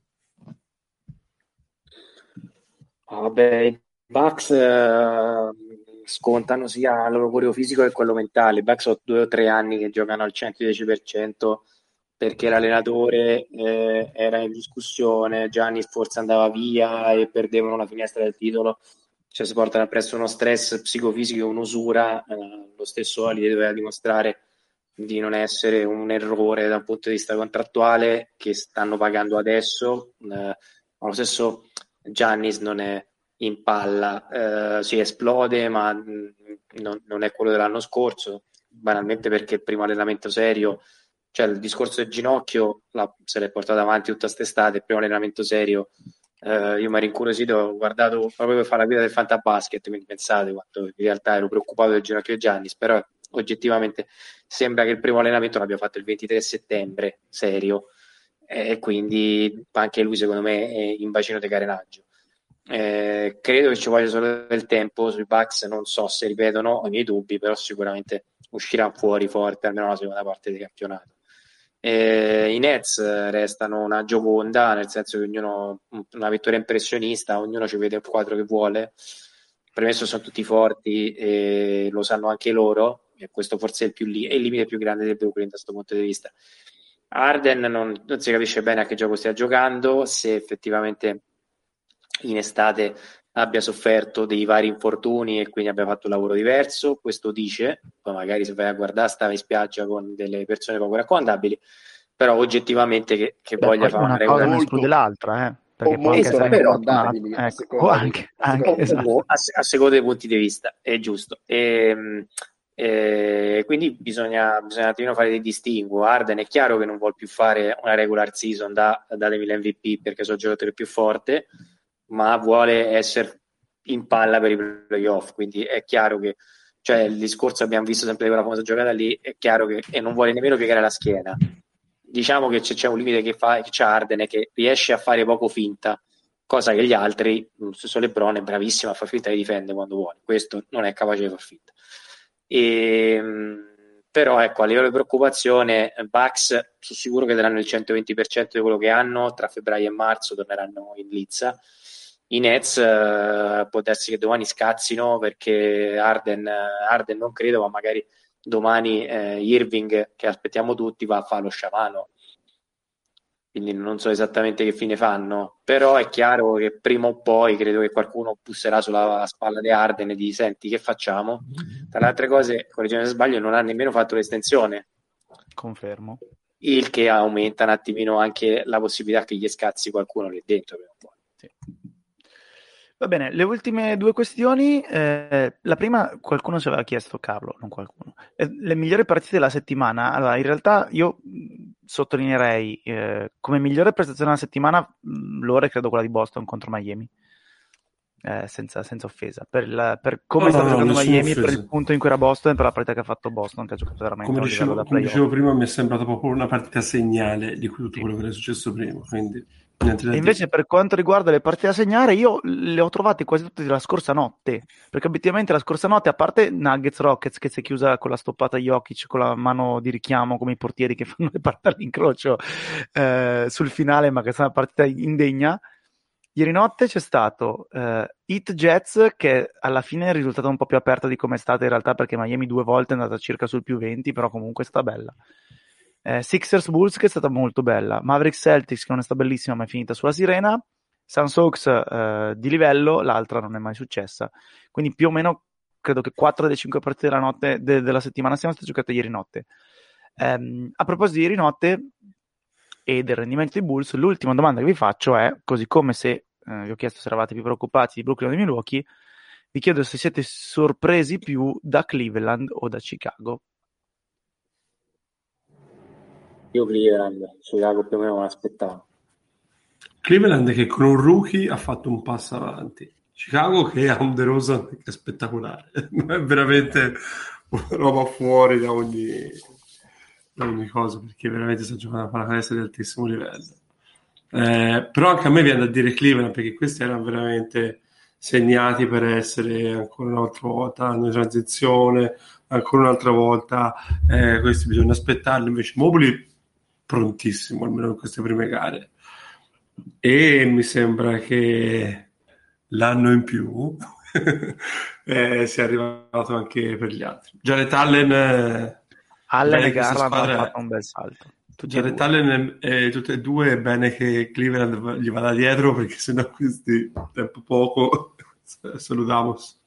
Speaker 5: Ah, vabbè, i Bucks eh, scontano sia il loro cuore fisico che quello mentale. I Bucks sono due o tre anni che giocano al centodieci per cento perché l'allenatore eh, era in discussione, Gianni forse andava via e perdevano la finestra del titolo. Cioè si portano appresso uno stress psicofisico e un'usura. Eh, lo stesso Holiday doveva dimostrare di non essere un errore dal punto di vista contrattuale che stanno pagando adesso. Eh, ma lo stesso Giannis non è in palla, eh, si esplode, ma mh, non, non è quello dell'anno scorso, banalmente perché il primo allenamento serio, cioè il discorso del ginocchio la, se l'è portato avanti tutta quest'estate, il primo allenamento serio, eh, io mi ero incuriosito, ho guardato proprio per fare la guida del Fantabasket, quindi pensate quanto in realtà ero preoccupato del ginocchio di Giannis, però oggettivamente sembra che il primo allenamento l'abbia fatto il ventitré settembre, serio, e quindi anche lui secondo me è in bacino di carenaggio. Eh, credo che ci voglia solo del tempo sui Bucks, non so se ripetono, ho i miei dubbi, però sicuramente uscirà fuori forte almeno la seconda parte del campionato. Eh, I Nets restano una gioconda, nel senso che ognuno una vittoria impressionista, ognuno ci vede il quadro che vuole. Premesso sono tutti forti e lo sanno anche loro, e questo forse è il, più li- è il limite più grande del Brooklyn da questo punto di vista. Arden non, non si capisce bene a che gioco stia giocando, se effettivamente in estate abbia sofferto dei vari infortuni e quindi abbia fatto un lavoro diverso, questo dice, poi magari se vai a guardare stava in spiaggia con delle persone poco raccomandabili, però oggettivamente che, che
Speaker 1: Beh,
Speaker 5: voglia
Speaker 1: poi
Speaker 5: fare una
Speaker 1: una cosa
Speaker 5: regola.
Speaker 1: non esclude
Speaker 4: Molto.
Speaker 1: l'altra, eh. perché
Speaker 4: O
Speaker 1: può anche
Speaker 4: molto
Speaker 1: essere
Speaker 5: però,
Speaker 1: infortunato,
Speaker 4: raccomandabili, a
Speaker 1: ecco, o
Speaker 4: seconda di,
Speaker 1: anche,
Speaker 4: a
Speaker 1: anche,
Speaker 4: seconda di
Speaker 1: esatto.
Speaker 5: o a, se- a seconda dei punti di vista, è giusto. E, e quindi bisogna, bisogna un attimino fare dei distinguo. Harden è chiaro che non vuol più fare una regular season da datemi l'M V P perché sono il giocatore più forte, ma vuole essere in palla per i playoff, quindi è chiaro che, cioè il discorso abbiamo visto sempre quella famosa giocata lì, è chiaro che e non vuole nemmeno piegare la schiena. Diciamo che c'è, c'è un limite che fa che c'è Harden è che riesce a fare poco finta, cosa che gli altri, lo stesso LeBron è bravissimo a far finta di difendere quando vuole, questo non è capace di far finta. E, però ecco, a livello di preoccupazione, Bucks sono sicuro che daranno il centoventi per cento di quello che hanno, tra febbraio e marzo torneranno in lizza. I Nets eh, può darsi che domani scazzino perché Harden, Harden non credo, ma magari domani eh, Irving, che aspettiamo tutti, va a fare lo sciamano, quindi non so esattamente che fine fanno, però è chiaro che prima o poi credo che qualcuno busserà sulla spalla di Harden e di senti che facciamo. Tra le altre cose, correggimi se sbaglio, non ha nemmeno fatto l'estensione,
Speaker 1: Confermo.
Speaker 5: il che aumenta un attimino anche la possibilità che gli scazzi qualcuno lì dentro prima o poi.
Speaker 1: Sì. Va bene, le ultime due questioni. Eh, la prima, qualcuno ci aveva chiesto, Carlo, non qualcuno. Eh, le migliori partite della settimana. Allora, in realtà io mh, sottolineerei eh, come migliore prestazione della settimana, mh, l'ora è credo quella di Boston contro Miami. Eh, senza, senza offesa. Per, il- per come
Speaker 2: No,
Speaker 1: sta
Speaker 2: no, no,
Speaker 1: giocando
Speaker 2: nessuna
Speaker 1: Miami, per
Speaker 2: offesa.
Speaker 1: il punto in cui era Boston e per la partita che ha fatto Boston, che ha giocato veramente
Speaker 2: Come
Speaker 1: a un livello
Speaker 2: dicevo,
Speaker 1: da
Speaker 2: come
Speaker 1: playoff.
Speaker 2: dicevo prima, mi è sembrata proprio una partita segnale di tutto
Speaker 1: Sì.
Speaker 2: quello che era successo prima, quindi niente da
Speaker 1: E invece
Speaker 2: dire.
Speaker 1: per quanto riguarda le partite da segnare, io le ho trovate quasi tutte della scorsa notte, perché obiettivamente la scorsa notte, a parte Nuggets Rockets che si è chiusa con la stoppata Jokic con la mano di richiamo come i portieri che fanno le partite all'incrocio eh, sul finale, ma che è stata una partita indegna, ieri notte c'è stato eh, Heat Jets, che alla fine è risultata un po' più aperta di come è stata in realtà, perché Miami due volte è andata circa sul più venti, però comunque è stata bella. Eh, Sixers Bulls, che è stata molto bella. Mavericks Celtics, che non è stata bellissima ma è finita sulla sirena. Suns Hawks eh, di livello, l'altra non è mai successa. Quindi più o meno credo che quattro delle cinque partite della, notte, de- della settimana siano state giocate ieri notte. Ehm, a proposito di ieri notte e del rendimento dei Bulls, l'ultima domanda che vi faccio è, così come se eh, vi ho chiesto se eravate più preoccupati di Brooklyn o di Milwaukee, vi chiedo se siete sorpresi più da Cleveland o da Chicago.
Speaker 5: Io Cleveland, Chicago più o meno me l'aspettavo.
Speaker 2: Cleveland che con un rookie ha fatto un passo avanti. Chicago che ha un DeRozan che è spettacolare. È veramente una roba fuori da ogni, da ogni cosa, perché veramente sta giocando a pallacanestro di altissimo livello. Eh, però anche a me viene da dire Cleveland, perché questi erano veramente segnati per essere ancora un'altra volta in transizione, ancora un'altra volta eh, questi bisogna aspettarli. Invece Mobley prontissimo, almeno in queste prime gare, e mi sembra che l'anno in più eh, sia arrivato anche per gli altri. Jared Allen eh,
Speaker 1: Allen
Speaker 2: bene
Speaker 1: e
Speaker 2: che questa
Speaker 1: Garland hanno
Speaker 2: squadra,
Speaker 1: fatto un bel salto. Tutti e
Speaker 2: Jared
Speaker 1: due.
Speaker 2: Allen e tutte e due è bene che Cleveland gli vada dietro, perché sennò questi tempo poco salutamos.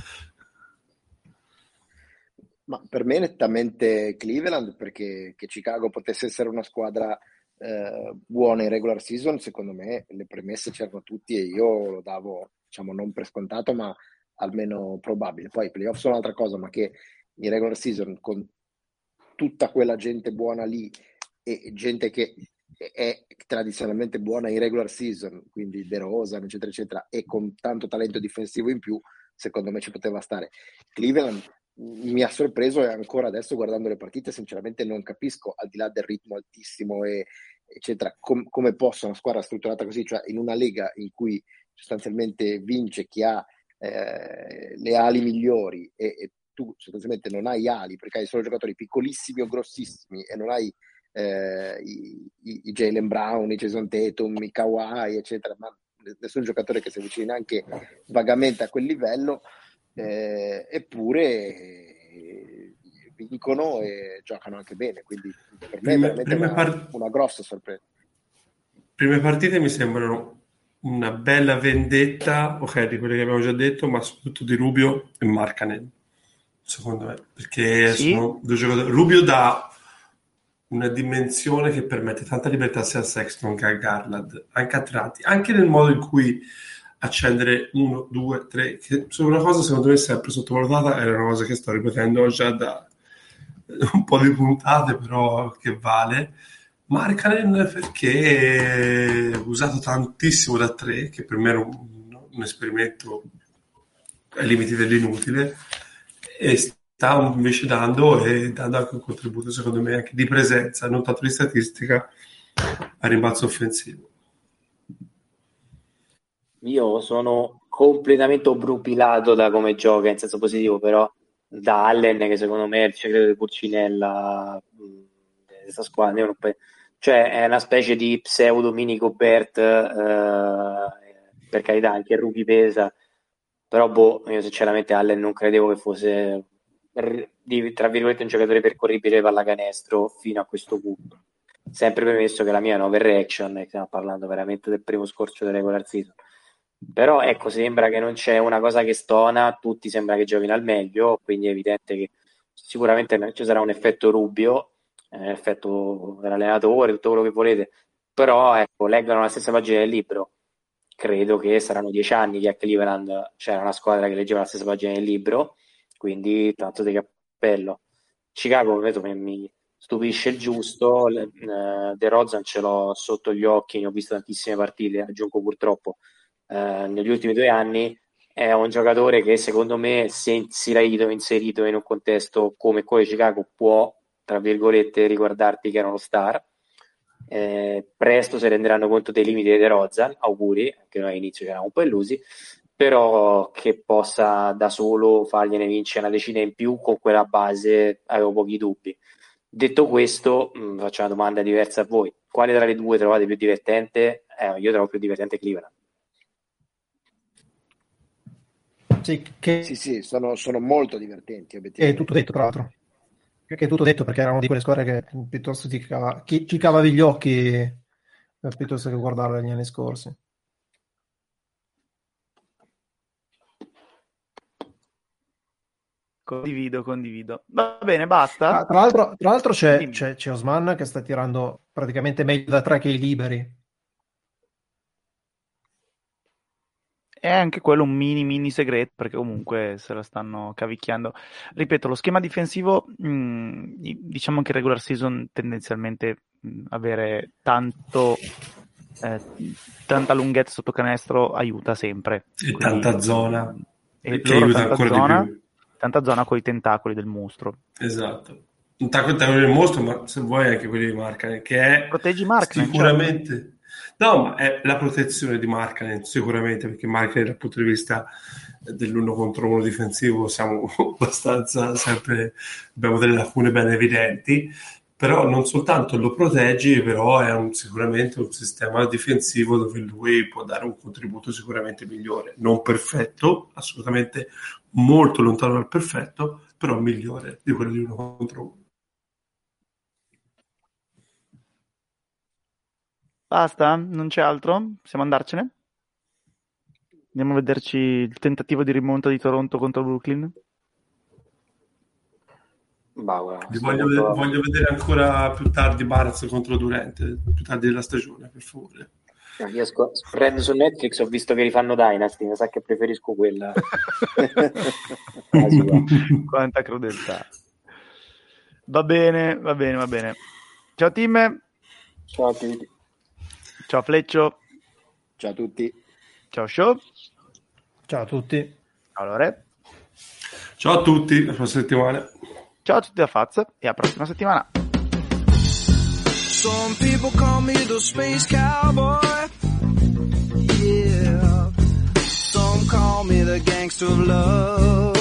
Speaker 4: Ma per me nettamente Cleveland, perché che Chicago potesse essere una squadra eh, buona in regular season, secondo me le premesse c'erano tutti e io lo davo, diciamo, non per scontato, ma almeno probabile. Poi i playoff sono un'altra cosa, ma che in regular season con tutta quella gente buona lì e gente che è tradizionalmente buona in regular season, quindi DeRozan, eccetera, eccetera, e con tanto talento difensivo in più, secondo me ci poteva stare. Cleveland mi ha sorpreso e ancora adesso guardando le partite sinceramente non capisco, al di là del ritmo altissimo e eccetera, com- come possa una squadra strutturata così, cioè in una lega in cui sostanzialmente vince chi ha eh, le ali migliori e, e tu sostanzialmente non hai ali perché hai solo giocatori piccolissimi o grossissimi e non hai eh, i, i, i Jaylen Brown, i Jason Tatum, i Kawhi eccetera, ma nessun giocatore che si avvicina anche vagamente a quel livello. Eh, eppure eh, vincono e giocano anche bene, quindi per me è
Speaker 2: Prime,
Speaker 4: veramente
Speaker 2: prime,
Speaker 4: una,
Speaker 2: par-
Speaker 4: una grossa sorpresa.
Speaker 2: prime partite mi sembrano una bella vendetta, ok, di quelle che abbiamo già detto, ma soprattutto di Rubio e Markkanen, secondo me, perché
Speaker 1: Sì,
Speaker 2: sono due giocatori. Rubio da una dimensione che permette tanta libertà sia a Sexton che a Garland, anche a tratti, anche nel modo in cui accendere uno, due, tre, che sono una cosa secondo me sempre sottovalutata, è una cosa che sto ripetendo già da un po' di puntate, però che vale. Markkanen perché è usato tantissimo da tre, che per me era un, un esperimento ai limiti dell'inutile, e sta invece dando e dando anche un contributo secondo me anche di presenza, non tanto di statistica, a rimbalzo offensivo.
Speaker 5: Io sono completamente obnubilato da come gioca in senso positivo, però da Allen, che secondo me è il segreto di Pulcinella di questa squadra, io non pe- cioè è una specie di pseudo mini Gobert, eh, per carità anche il rookie pesa, però boh, io sinceramente Allen non credevo che fosse r- di- tra virgolette un giocatore percorribile pallacanestro fino a questo punto, sempre premesso che la mia è una overreaction e stiamo parlando veramente del primo scorcio del regular season. Però ecco, sembra che non c'è una cosa che stona, tutti sembra che giochino al meglio, quindi è evidente che sicuramente ci sarà un effetto Rubio, eh, effetto dell'allenatore, tutto quello che volete, però ecco, leggano la stessa pagina del libro, credo che saranno dieci anni che a Cleveland c'era una squadra che leggeva la stessa pagina del libro, quindi tanto di cappello. Chicago vedo, mi, mi stupisce il giusto, eh, De Rozan ce l'ho sotto gli occhi, ne ho visto tantissime partite, aggiungo purtroppo Uh, negli ultimi due anni, è un giocatore che secondo me, se inserito, inserito in un contesto come quello di Chicago, può tra virgolette riguardarti che era uno star. Eh, presto si renderanno conto dei limiti di De Rozan, auguri, anche noi all'inizio ci eravamo un po' illusi, però che possa da solo fargliene vincere una decina in più con quella base avevo pochi dubbi. Detto questo, mh, faccio una domanda diversa a voi: quale tra le due trovate più divertente? Eh, io trovo più divertente Cleveland.
Speaker 3: Sì, che
Speaker 4: Sì, sì, sono, sono molto divertenti.
Speaker 3: è tutto detto, tra l'altro. Che è tutto detto perché erano di quelle squadre che piuttosto ti cava, chi, ci cavavi gli occhi eh, piuttosto che guardarle negli anni scorsi.
Speaker 1: Condivido, condivido. Va bene, basta.
Speaker 3: Ah, tra l'altro, tra l'altro c'è, c'è, c'è Osman che sta tirando praticamente meglio da tre che i liberi.
Speaker 1: È anche quello un mini mini segreto, perché comunque se la stanno cavicchiando. Ripeto, lo schema difensivo, mh, diciamo che in regular season tendenzialmente mh, avere tanto eh, tanta lunghezza sotto canestro aiuta sempre.
Speaker 2: E
Speaker 1: quindi,
Speaker 2: tanta zona,
Speaker 1: e
Speaker 2: che
Speaker 1: loro
Speaker 2: aiuta
Speaker 1: tanta
Speaker 2: ancora
Speaker 1: zona,
Speaker 2: di più.
Speaker 1: Tanta zona con i tentacoli del mostro.
Speaker 2: Esatto. Un tentacolo del mostro, ma se vuoi anche quelli di Markkanen, che è
Speaker 1: Proteggi Markkanen,
Speaker 2: sicuramente...
Speaker 1: certo.
Speaker 2: No, ma è la protezione di Markkanen, sicuramente, perché Markkanen dal punto di vista dell'uno contro uno difensivo siamo abbastanza sempre, abbiamo delle lacune ben evidenti, però non soltanto lo proteggi, però è un, sicuramente un sistema difensivo dove lui può dare un contributo sicuramente migliore, non perfetto, assolutamente molto lontano dal perfetto, però migliore di quello di uno contro uno.
Speaker 1: Basta? Non c'è altro? Possiamo andarcene? Andiamo a vederci il tentativo di rimonta di Toronto contro Brooklyn.
Speaker 5: Bah, guarda,
Speaker 2: Vi voglio,
Speaker 5: punto...
Speaker 2: voglio vedere ancora più tardi Barnes contro Durant, più tardi della stagione, per favore.
Speaker 5: Io sc- prendo su Netflix, ho visto che rifanno Dynasty, mi sa che preferisco quella.
Speaker 1: Quanta crudeltà. Va bene, va bene, va bene. Ciao team.
Speaker 5: Ciao a tutti.
Speaker 1: Ciao Fleccio.
Speaker 4: Ciao a tutti.
Speaker 1: Ciao Show.
Speaker 3: Ciao a tutti.
Speaker 1: Ciao Lore.
Speaker 2: Ciao a tutti, alla prossima settimana.
Speaker 1: Ciao a tutti da Faz e alla prossima settimana.
Speaker 6: Some people call me the space cowboy. Yeah. Some call me the gangster of love.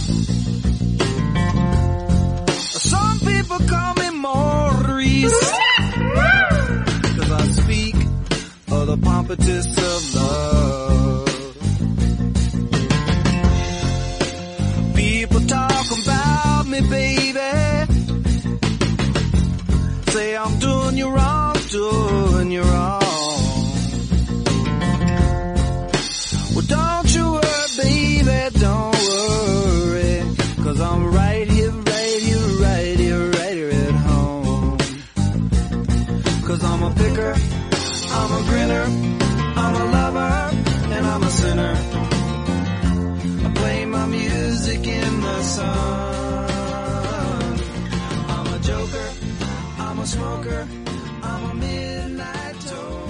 Speaker 6: Some people call me Maurice. Cause I speak of the pompatus of love. People talk about me, baby. Say I'm doing you wrong, doing you wrong. Well, don't you worry, baby, don't worry. Cause I'm right here, right here, right here, right here at home. I'm a smoker, I'm a midnight toast.